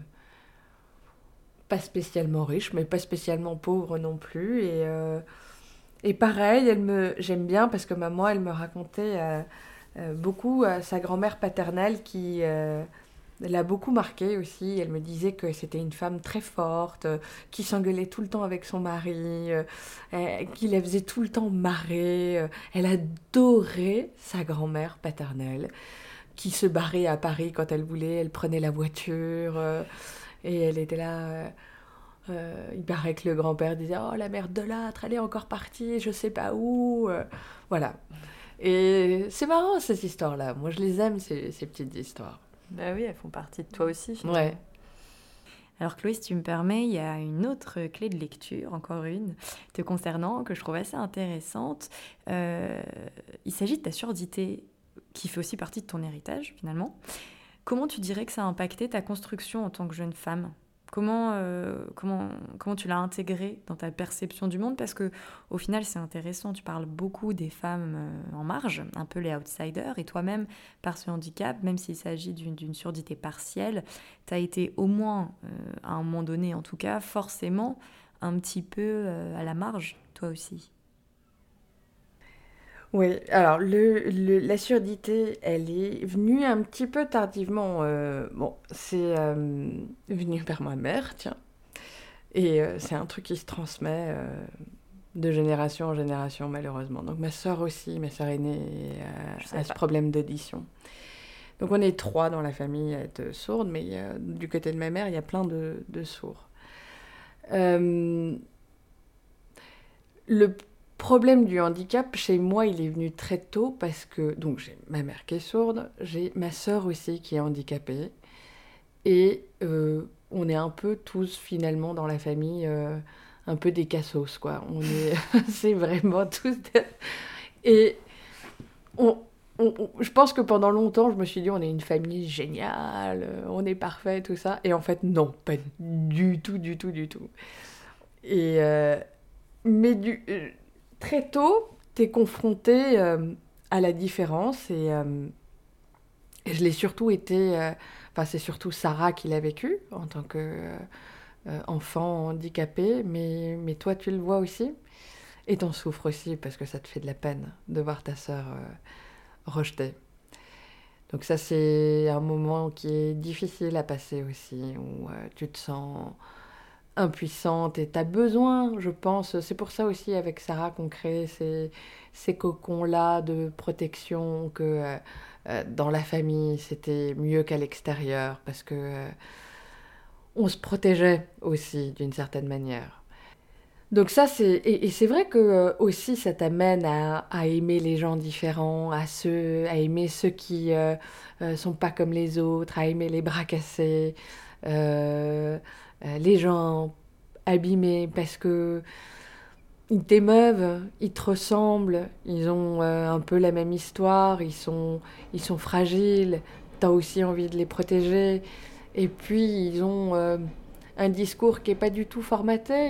pas spécialement riche, mais pas spécialement pauvre non plus. Et pareil, j'aime bien parce que maman, elle me racontait beaucoup sa grand-mère paternelle qui l'a beaucoup marquée aussi. Elle me disait que c'était une femme très forte, qui s'engueulait tout le temps avec son mari, qui la faisait tout le temps marrer. Elle adorait sa grand-mère paternelle, qui se barrait à Paris quand elle voulait. Elle prenait la voiture... Et elle était là, il paraît que le grand-père disait « Oh, la mère de l'âtre, elle est encore partie, je sais pas où. » Voilà. Et c'est marrant, ces histoires-là. Moi, je les aime, ces petites histoires. Bah oui, elles font partie de toi aussi, finalement. Ouais. Alors Chloé, si tu me permets, il y a une autre clé de lecture, encore une, te concernant, que je trouve assez intéressante. Il s'agit de ta surdité, qui fait aussi partie de ton héritage, finalement. Comment tu dirais que ça a impacté ta construction en tant que jeune femme ? Comment tu l'as intégré dans ta perception du monde ? Parce qu'au final, c'est intéressant, tu parles beaucoup des femmes en marge, un peu les outsiders, et toi-même, par ce handicap, même s'il s'agit d'une surdité partielle, tu as été au moins, à un moment donné en tout cas, forcément un petit peu à la marge, toi aussi. Oui, alors la surdité, elle est venue un petit peu tardivement. C'est venu par ma mère, tiens. Et c'est un truc qui se transmet de génération en génération, malheureusement. Donc ma sœur aussi, ma sœur aînée, a ce problème d'audition. Donc on est 3 dans la famille à être sourdes, mais du côté de ma mère, il y a plein de sourds. Le problème du handicap, chez moi, il est venu très tôt parce que... Donc j'ai ma mère qui est sourde, j'ai ma sœur aussi qui est handicapée. Et on est un peu tous, finalement, dans la famille, un peu des cassos, quoi. C'est vraiment tous... Et je pense que pendant longtemps, je me suis dit, on est une famille géniale, on est parfait, tout ça. Et en fait, non, pas du tout, du tout, du tout. Et, mais très tôt, t'es confronté à la différence. Et je l'ai surtout été... c'est surtout Sarah qui l'a vécu en tant qu'enfant handicapé. Mais toi, tu le vois aussi. Et t'en souffres aussi parce que ça te fait de la peine de voir ta sœur rejetée. Donc ça, c'est un moment qui est difficile à passer aussi, où tu te sens impuissante et t'as besoin, je pense, c'est pour ça aussi avec Sarah qu'on crée ces cocons-là de protection, que dans la famille, c'était mieux qu'à l'extérieur, parce que on se protégeait aussi d'une certaine manière. Donc ça, et c'est vrai que aussi ça t'amène à aimer les gens différents, à aimer ceux qui sont pas comme les autres, à aimer les bras cassés, les gens abîmés parce que ils t'émeuvent, ils te ressemblent, ils ont un peu la même histoire, ils sont fragiles, t'as aussi envie de les protéger, et puis ils ont un discours qui n'est pas du tout formaté,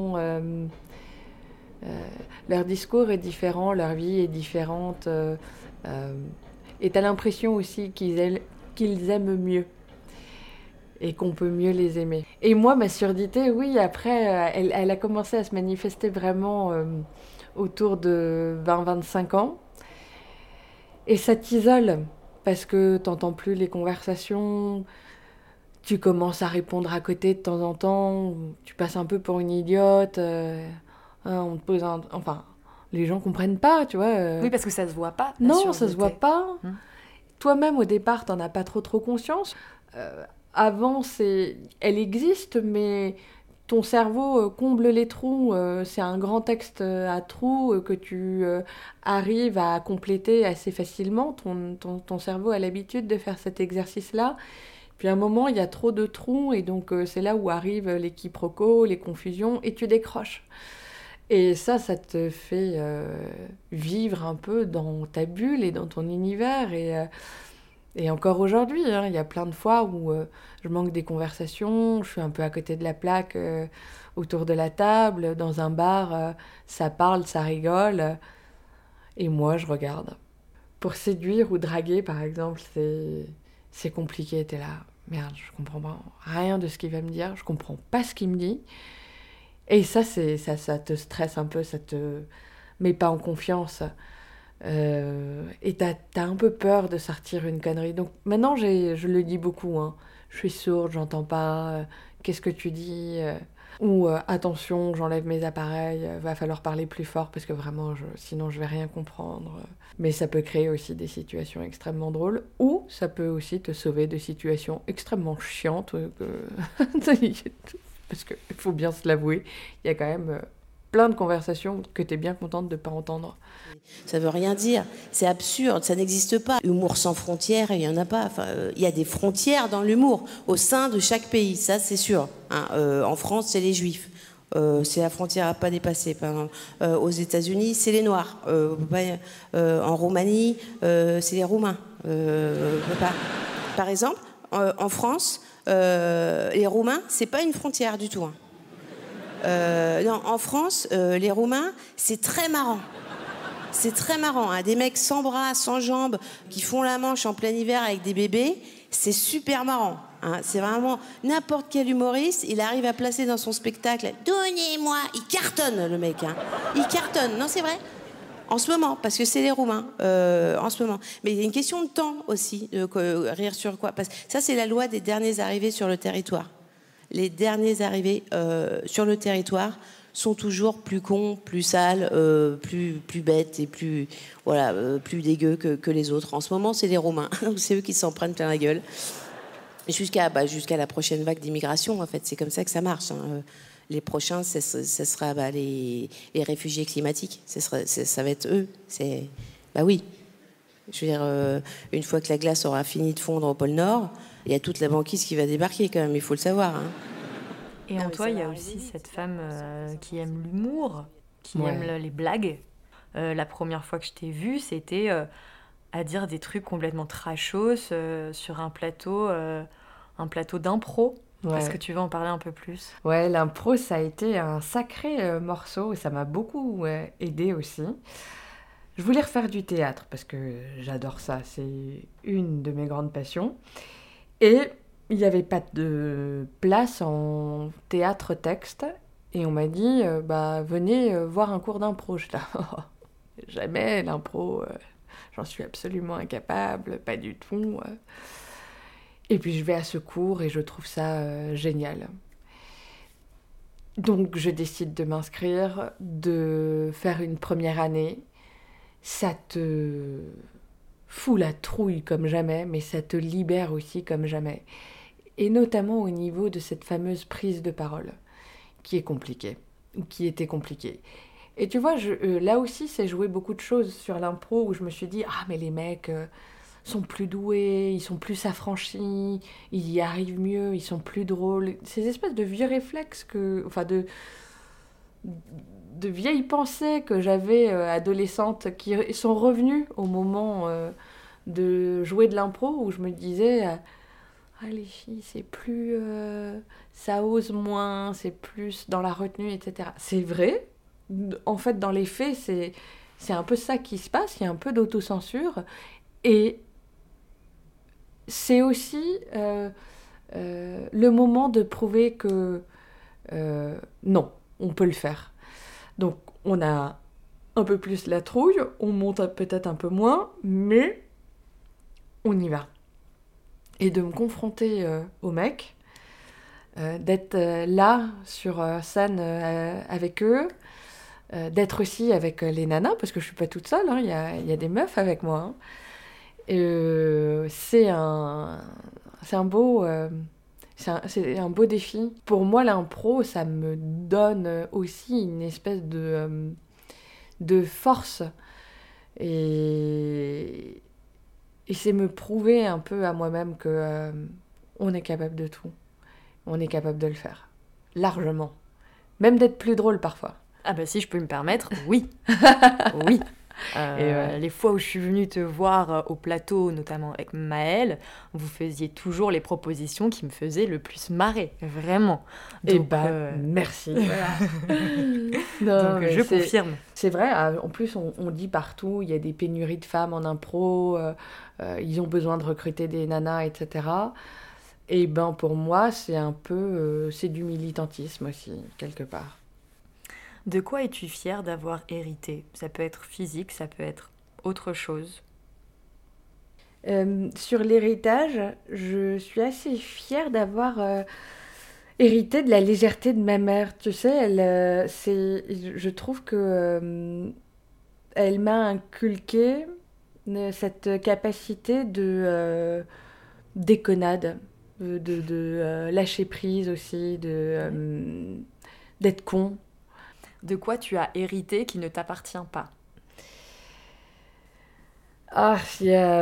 leur discours est différent, leur vie est différente, et t'as l'impression aussi qu'ils aiment mieux et qu'on peut mieux les aimer. Et moi, ma surdité, oui, après, elle a commencé à se manifester vraiment autour de 20-25 ans, et ça t'isole parce que t'entends plus les conversations. Tu commences à répondre à côté de temps en temps, tu passes un peu pour une idiote, on te pose enfin, les gens comprennent pas, tu vois. Oui, parce que ça se voit pas. Non, ça se voit pas. Toi-même, au départ, t'en as pas trop conscience. Avant, elle existe, mais ton cerveau comble les trous. C'est un grand texte à trous que tu arrives à compléter assez facilement. Ton cerveau a l'habitude de faire cet exercice-là. Puis à un moment, il y a trop de trous, et donc c'est là où arrivent les quiproquos, les confusions, et tu décroches. Et ça te fait vivre un peu dans ta bulle et dans ton univers. Et encore aujourd'hui, il y a plein de fois où je manque des conversations, je suis un peu à côté de la plaque, autour de la table, dans un bar, ça parle, ça rigole, et moi, je regarde. Pour séduire ou draguer, par exemple, c'est compliqué, t'es là, merde, je comprends pas rien de ce qu'il va me dire, je comprends pas ce qu'il me dit. Et ça te stresse un peu, ça te met pas en confiance. Et t'as un peu peur de sortir une connerie. Donc maintenant, je le dis beaucoup, hein. Je suis sourde, j'entends pas, qu'est-ce que tu dis ou attention, j'enlève mes appareils, va falloir parler plus fort parce que vraiment, sinon je vais rien comprendre. Mais ça peut créer aussi des situations extrêmement drôles, ou ça peut aussi te sauver de situations extrêmement chiantes. Parce qu'il faut bien se l'avouer, il y a quand même plein de conversations que t'es bien contente de pas entendre. Ça veut rien dire, c'est absurde, ça n'existe pas. Humour sans frontières, il y en a pas. Enfin, il y a des frontières dans l'humour au sein de chaque pays, ça c'est sûr. Hein. En France, c'est les Juifs. C'est la frontière à pas dépasser. Aux États-Unis, c'est les Noirs. En Roumanie, c'est les Roumains. Par exemple, en France, les Roumains, c'est pas une frontière du tout. Hein. Non, en France, les Roumains, c'est très marrant. C'est très marrant, hein. Des mecs sans bras, sans jambes, qui font la Manche en plein hiver avec des bébés, c'est super marrant. Hein. C'est vraiment n'importe quel humoriste, il arrive à placer dans son spectacle « Donnez-moi !» Il cartonne, le mec. Hein. Il cartonne, non, c'est vrai. En ce moment, parce que c'est les Roumains, en ce moment. Mais il y a une question de temps aussi, rire sur quoi. Parce que ça, c'est la loi des derniers arrivés sur le territoire. Les derniers arrivés sur le territoire sont toujours plus cons, plus sales, plus bêtes et plus dégueux que les autres. En ce moment, c'est les Roumains. C'est eux qui s'en prennent plein la gueule. Jusqu'à la prochaine vague d'immigration, en fait. C'est comme ça que ça marche. Les prochains, ce sera les réfugiés climatiques. Ça va être eux. Oui. Je veux dire, une fois que la glace aura fini de fondre au pôle Nord, il y a toute la banquise qui va débarquer quand même, il faut le savoir. Hein. Et en toi, il y a aussi cette femme qui aime l'humour, qui aime les blagues. La première fois que je t'ai vue, c'était à dire des trucs complètement trashos sur un plateau d'impro. Ouais. Est-ce que tu veux en parler un peu plus ? Ouais, l'impro, ça a été un sacré morceau et ça m'a beaucoup aidé aussi. Je voulais refaire du théâtre parce que j'adore ça, c'est une de mes grandes passions. Et il n'y avait pas de place en théâtre-texte et on m'a dit venez voir un cours d'impro. Je dis jamais l'impro, j'en suis absolument incapable, pas du tout. Et puis je vais à ce cours et je trouve ça génial. Donc je décide de m'inscrire, de faire une première année. Ça te fout la trouille comme jamais, mais ça te libère aussi comme jamais. Et notamment au niveau de cette fameuse prise de parole, qui était compliquée. Et tu vois, là aussi, c'est jouer beaucoup de choses sur l'impro, où je me suis dit, mais les mecs sont plus doués, ils sont plus affranchis, ils y arrivent mieux, ils sont plus drôles. Ces espèces de vieux réflexes de vieilles pensées que j'avais adolescente qui sont revenues au moment de jouer de l'impro, où je me disais les filles c'est plus ça ose moins, c'est plus dans la retenue, etc. C'est vrai, en fait dans les faits c'est un peu ça qui se passe, il y a un peu d'autocensure et c'est aussi le moment de prouver que non, on peut le faire. Donc, on a un peu plus la trouille, on monte peut-être un peu moins, mais on y va. Et de me confronter aux mecs, d'être là sur scène avec eux, d'être aussi avec les nanas, parce que je suis pas toute seule, il y a des meufs avec moi. C'est un beau défi. Pour moi, l'impro, ça me donne aussi une espèce de force. Et c'est me prouver un peu à moi-même que on est capable de tout. On est capable de le faire. Largement. Même d'être plus drôle parfois. Ah si je peux me permettre, oui. Oui. Les fois où je suis venue te voir au plateau, notamment avec Maëlle, vous faisiez toujours les propositions qui me faisaient le plus marrer, vraiment. Donc, merci. Donc je confirme. C'est vrai, en plus on dit partout, il y a des pénuries de femmes en impro, ils ont besoin de recruter des nanas, etc. Et pour moi, c'est un peu, c'est du militantisme aussi, quelque part. De quoi es-tu fière d'avoir hérité ? Ça peut être physique, ça peut être autre chose. Sur l'héritage, je suis assez fière d'avoir hérité de la légèreté de ma mère. Tu sais, je trouve que elle m'a inculqué cette capacité de déconnade, de lâcher prise aussi, d'être con. De quoi tu as hérité qui ne t'appartient pas ? Il y a...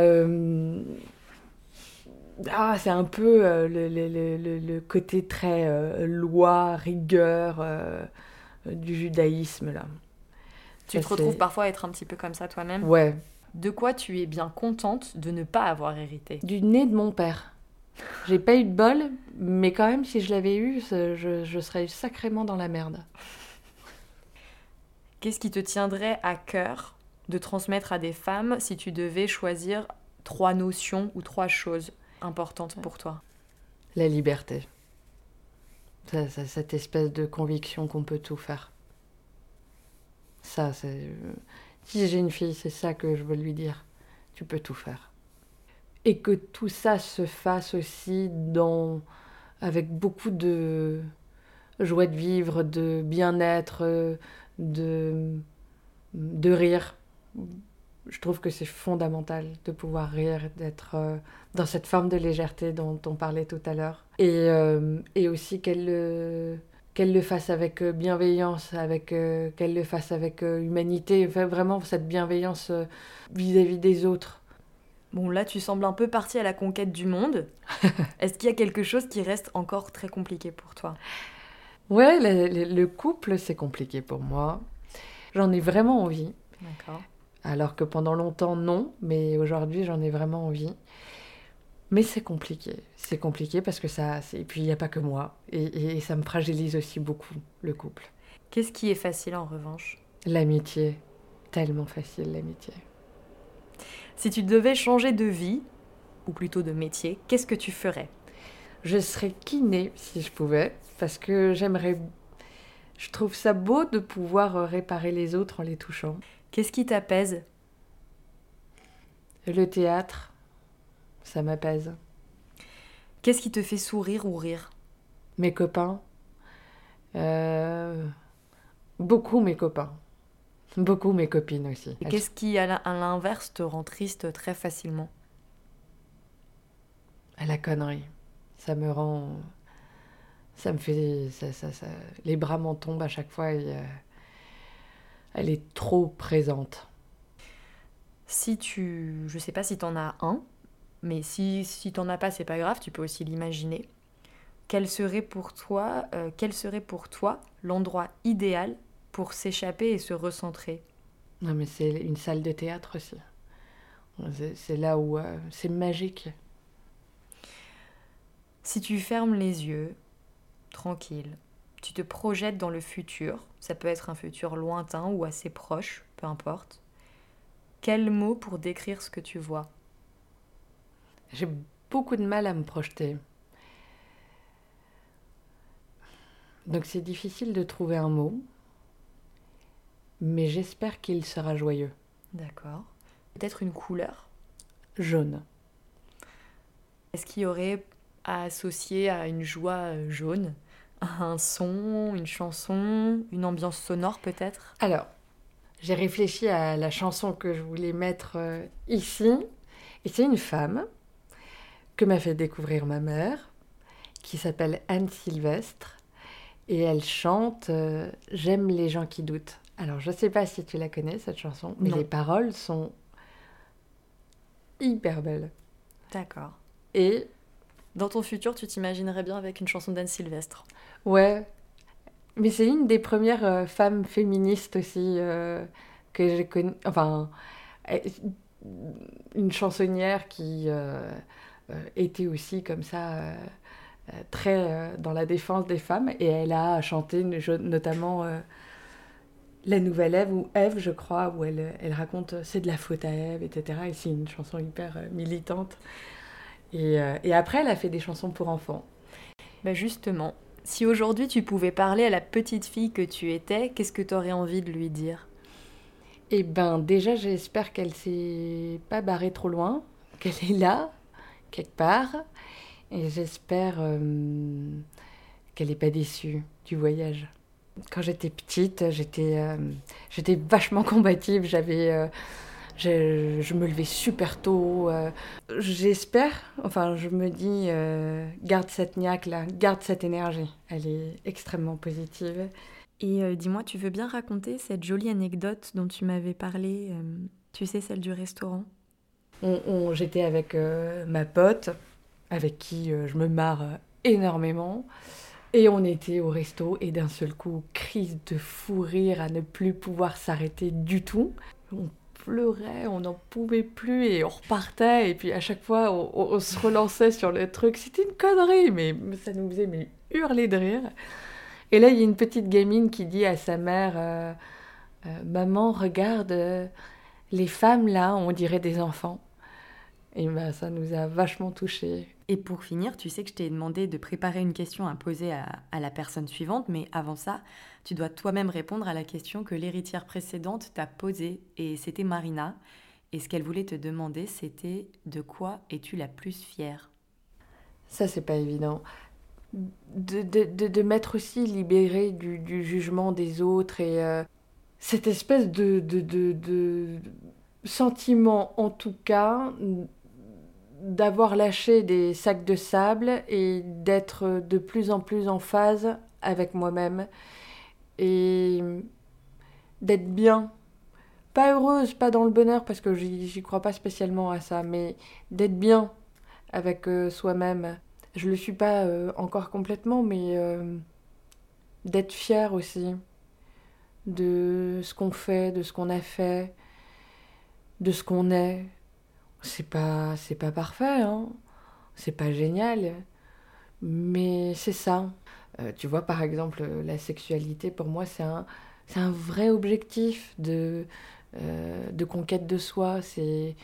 c'est un peu le côté très loi, rigueur du judaïsme, là. Tu te retrouves parfois à être un petit peu comme ça toi-même ? Ouais. De quoi tu es bien contente de ne pas avoir hérité ? Du nez de mon père. J'ai pas eu de bol, mais quand même, si je l'avais eu, je serais sacrément dans la merde. Qu'est-ce qui te tiendrait à cœur de transmettre à des femmes si tu devais choisir 3 notions ou 3 choses importantes pour toi ? La liberté. Cette espèce de conviction qu'on peut tout faire. Ça, c'est... Si j'ai une fille, c'est ça que je veux lui dire. Tu peux tout faire. Et que tout ça se fasse aussi avec beaucoup de joie de vivre, de bien-être, de rire. Je trouve que c'est fondamental de pouvoir rire, d'être dans cette forme de légèreté dont on parlait tout à l'heure. Et aussi qu'elle le fasse avec bienveillance, qu'elle le fasse avec humanité, enfin, vraiment cette bienveillance vis-à-vis des autres. Bon, là, tu sembles un peu partie à la conquête du monde. Est-ce qu'il y a quelque chose qui reste encore très compliqué pour toi ? Ouais, le couple, c'est compliqué pour moi. J'en ai vraiment envie. D'accord. Alors que pendant longtemps, non. Mais aujourd'hui, j'en ai vraiment envie. Mais c'est compliqué. C'est compliqué parce que ça... Et puis, il n'y a pas que moi. Et ça me fragilise aussi beaucoup, le couple. Qu'est-ce qui est facile en revanche ? L'amitié. Tellement facile, l'amitié. Si tu devais changer de vie, ou plutôt de métier, qu'est-ce que tu ferais ? Je serais kiné si je pouvais. Parce que j'aimerais... Je trouve ça beau de pouvoir réparer les autres en les touchant. Qu'est-ce qui t'apaise ? Le théâtre, ça m'apaise. Qu'est-ce qui te fait sourire ou rire ? Mes copains. Beaucoup mes copains. Beaucoup mes copines aussi. Et qu'est-ce qui, à l'inverse, te rend triste très facilement ? À la connerie. Ça me rend... Ça me fait... Les bras m'en tombent à chaque fois et... Elle est trop présente. Si tu... Je sais pas si t'en as un, mais si t'en as pas, c'est pas grave, tu peux aussi l'imaginer. Quel serait pour toi l'endroit idéal pour s'échapper et se recentrer ? Non mais c'est une salle de théâtre aussi. C'est là où... c'est magique. Si tu fermes les yeux, tranquille, tu te projettes dans le futur, ça peut être un futur lointain ou assez proche, peu importe. Quel mot pour décrire ce que tu vois ? J'ai beaucoup de mal à me projeter. Donc c'est difficile de trouver un mot, mais j'espère qu'il sera joyeux. D'accord. Peut-être une couleur ? Jaune. Est-ce qu'il y aurait à associer à une joie jaune un son, une chanson, une ambiance sonore peut-être ? Alors, j'ai réfléchi à la chanson que je voulais mettre ici. Et c'est une femme que m'a fait découvrir ma mère, qui s'appelle Anne Sylvestre. Et elle chante « J'aime les gens qui doutent ». Alors, je ne sais pas si tu la connais, cette chanson, mais non. Les paroles sont hyper belles. D'accord. Et dans ton futur, tu t'imaginerais bien avec une chanson d'Anne Sylvestre ? Ouais, mais c'est une des premières femmes féministes aussi que j'ai connues. Enfin, une chansonnière qui était aussi comme ça très dans la défense des femmes. Et elle a chanté notamment La Nouvelle Ève, ou Ève, je crois, où elle raconte c'est de la faute à Ève, etc. Et c'est une chanson hyper militante. Et après, elle a fait des chansons pour enfants. Bah justement, si aujourd'hui tu pouvais parler à la petite fille que tu étais, qu'est-ce que tu aurais envie de lui dire ? Eh ben, déjà, j'espère qu'elle s'est pas barrée trop loin, qu'elle est là, quelque part. Et j'espère qu'elle n'est pas déçue du voyage. Quand j'étais petite, j'étais vachement combative. Je me levais super tôt. J'espère, enfin, je me dis, garde cette niaque-là, garde cette énergie. Elle est extrêmement positive. Et dis-moi, tu veux bien raconter cette jolie anecdote dont tu m'avais parlé, tu sais, celle du restaurant ? J'étais avec ma pote, avec qui je me marre énormément. Et on était au resto et d'un seul coup, crise de fou rire à ne plus pouvoir s'arrêter du tout. On pleurait, on n'en pouvait plus et on repartait. Et puis à chaque fois, on se relançait sur le truc. C'était une connerie, mais ça nous faisait hurler de rire. Et là, il y a une petite gamine qui dit à sa mère Maman, regarde, les femmes là, on dirait des enfants. Et ben, ça nous a vachement touchés. Et pour finir, tu sais que je t'ai demandé de préparer une question à poser à la personne suivante, mais avant ça, tu dois toi-même répondre à la question que l'héritière précédente t'a posée, et c'était Marina. Et ce qu'elle voulait te demander, c'était de quoi es-tu la plus fière ? Ça, c'est pas évident. de m'être aussi libérée du jugement des autres et cette espèce de sentiment, en tout cas, d'avoir lâché des sacs de sable et d'être de plus en plus en phase avec moi-même et d'être bien. Pas heureuse, pas dans le bonheur, parce que j'y crois pas spécialement à ça, mais d'être bien avec soi-même. Je le suis pas encore complètement, mais d'être fière aussi de ce qu'on fait, de ce qu'on a fait, de ce qu'on est. C'est pas parfait, hein. C'est pas génial, mais c'est ça. Tu vois, par exemple, la sexualité, pour moi, c'est un vrai objectif de conquête de soi. C'est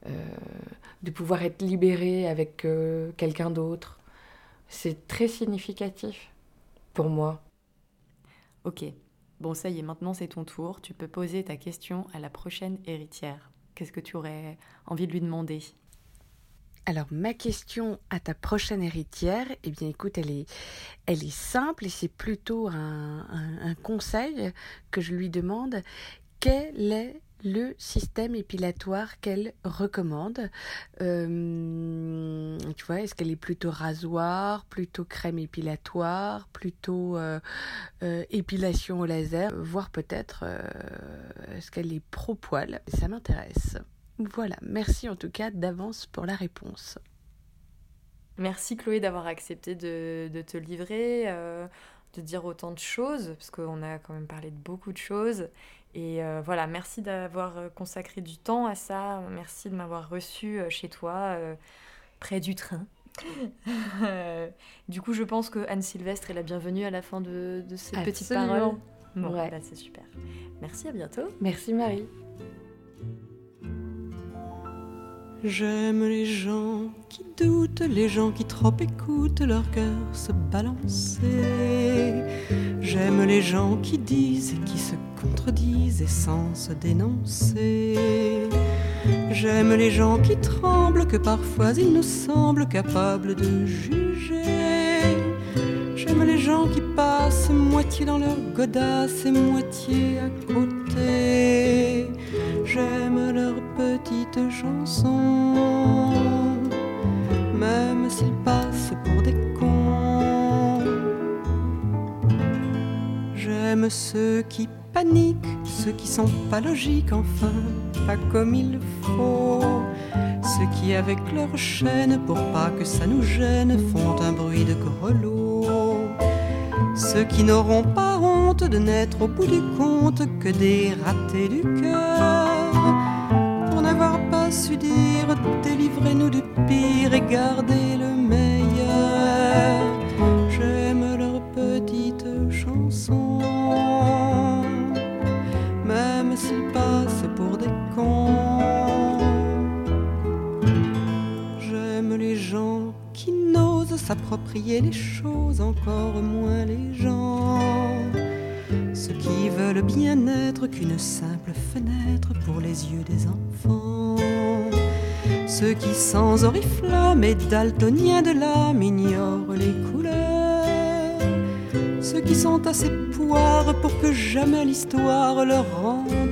de pouvoir être libéré avec quelqu'un d'autre. C'est très significatif pour moi. Ok, bon ça y est, maintenant c'est ton tour. Tu peux poser ta question à la prochaine héritière. Qu'est-ce que tu aurais envie de lui demander ? Alors, ma question à ta prochaine héritière, eh bien, écoute, elle est simple et c'est plutôt un conseil que je lui demande. Quel est le système épilatoire qu'elle recommande? Tu vois, est-ce qu'elle est plutôt rasoir, plutôt crème épilatoire, plutôt épilation au laser, voire peut-être est-ce qu'elle est pro-poil? Ça m'intéresse. Voilà, merci en tout cas d'avance pour la réponse. Merci Chloé d'avoir accepté de te livrer, de dire autant de choses, parce qu'on a quand même parlé de beaucoup de choses. Et voilà, merci d'avoir consacré du temps à ça. Merci de m'avoir reçue chez toi, près du train. Du coup, je pense que Anne Sylvestre est la bienvenue à la fin de ces petites paroles. Bon, ouais. Bah, c'est super. Merci, à bientôt. Merci Marie. J'aime les gens qui doutent, les gens qui trop écoutent leur cœur se balancer. J'aime les gens qui disent et qui se contredisent et sans se dénoncer. J'aime les gens qui tremblent, que parfois ils nous semblent capables de juger. J'aime les gens qui passent moitié dans leur godasse et moitié à côté. J'aime leurs petites chansons, même s'ils passent pour des cons. J'aime ceux qui paniquent, ceux qui sont pas logiques, enfin, pas comme il faut. Ceux qui avec leur chaîne, pour pas que ça nous gêne, font un bruit de grelot. Ceux qui n'auront pas honte de n'être au bout du compte que des ratés du cœur. Pour n'avoir pas su dire délivrez-nous du pire et gardez le meilleur. J'aime leurs petites chansons, même s'ils passent pour des cons. J'aime les gens qui n'osent s'approprier les choses, encore moins les gens. Ceux qui veulent bien être qu'une simple fenêtre pour les yeux des enfants. Ceux qui sans oriflamme et daltoniens de l'âme ignorent les couleurs. Ceux qui sont assez poires pour que jamais l'histoire leur rende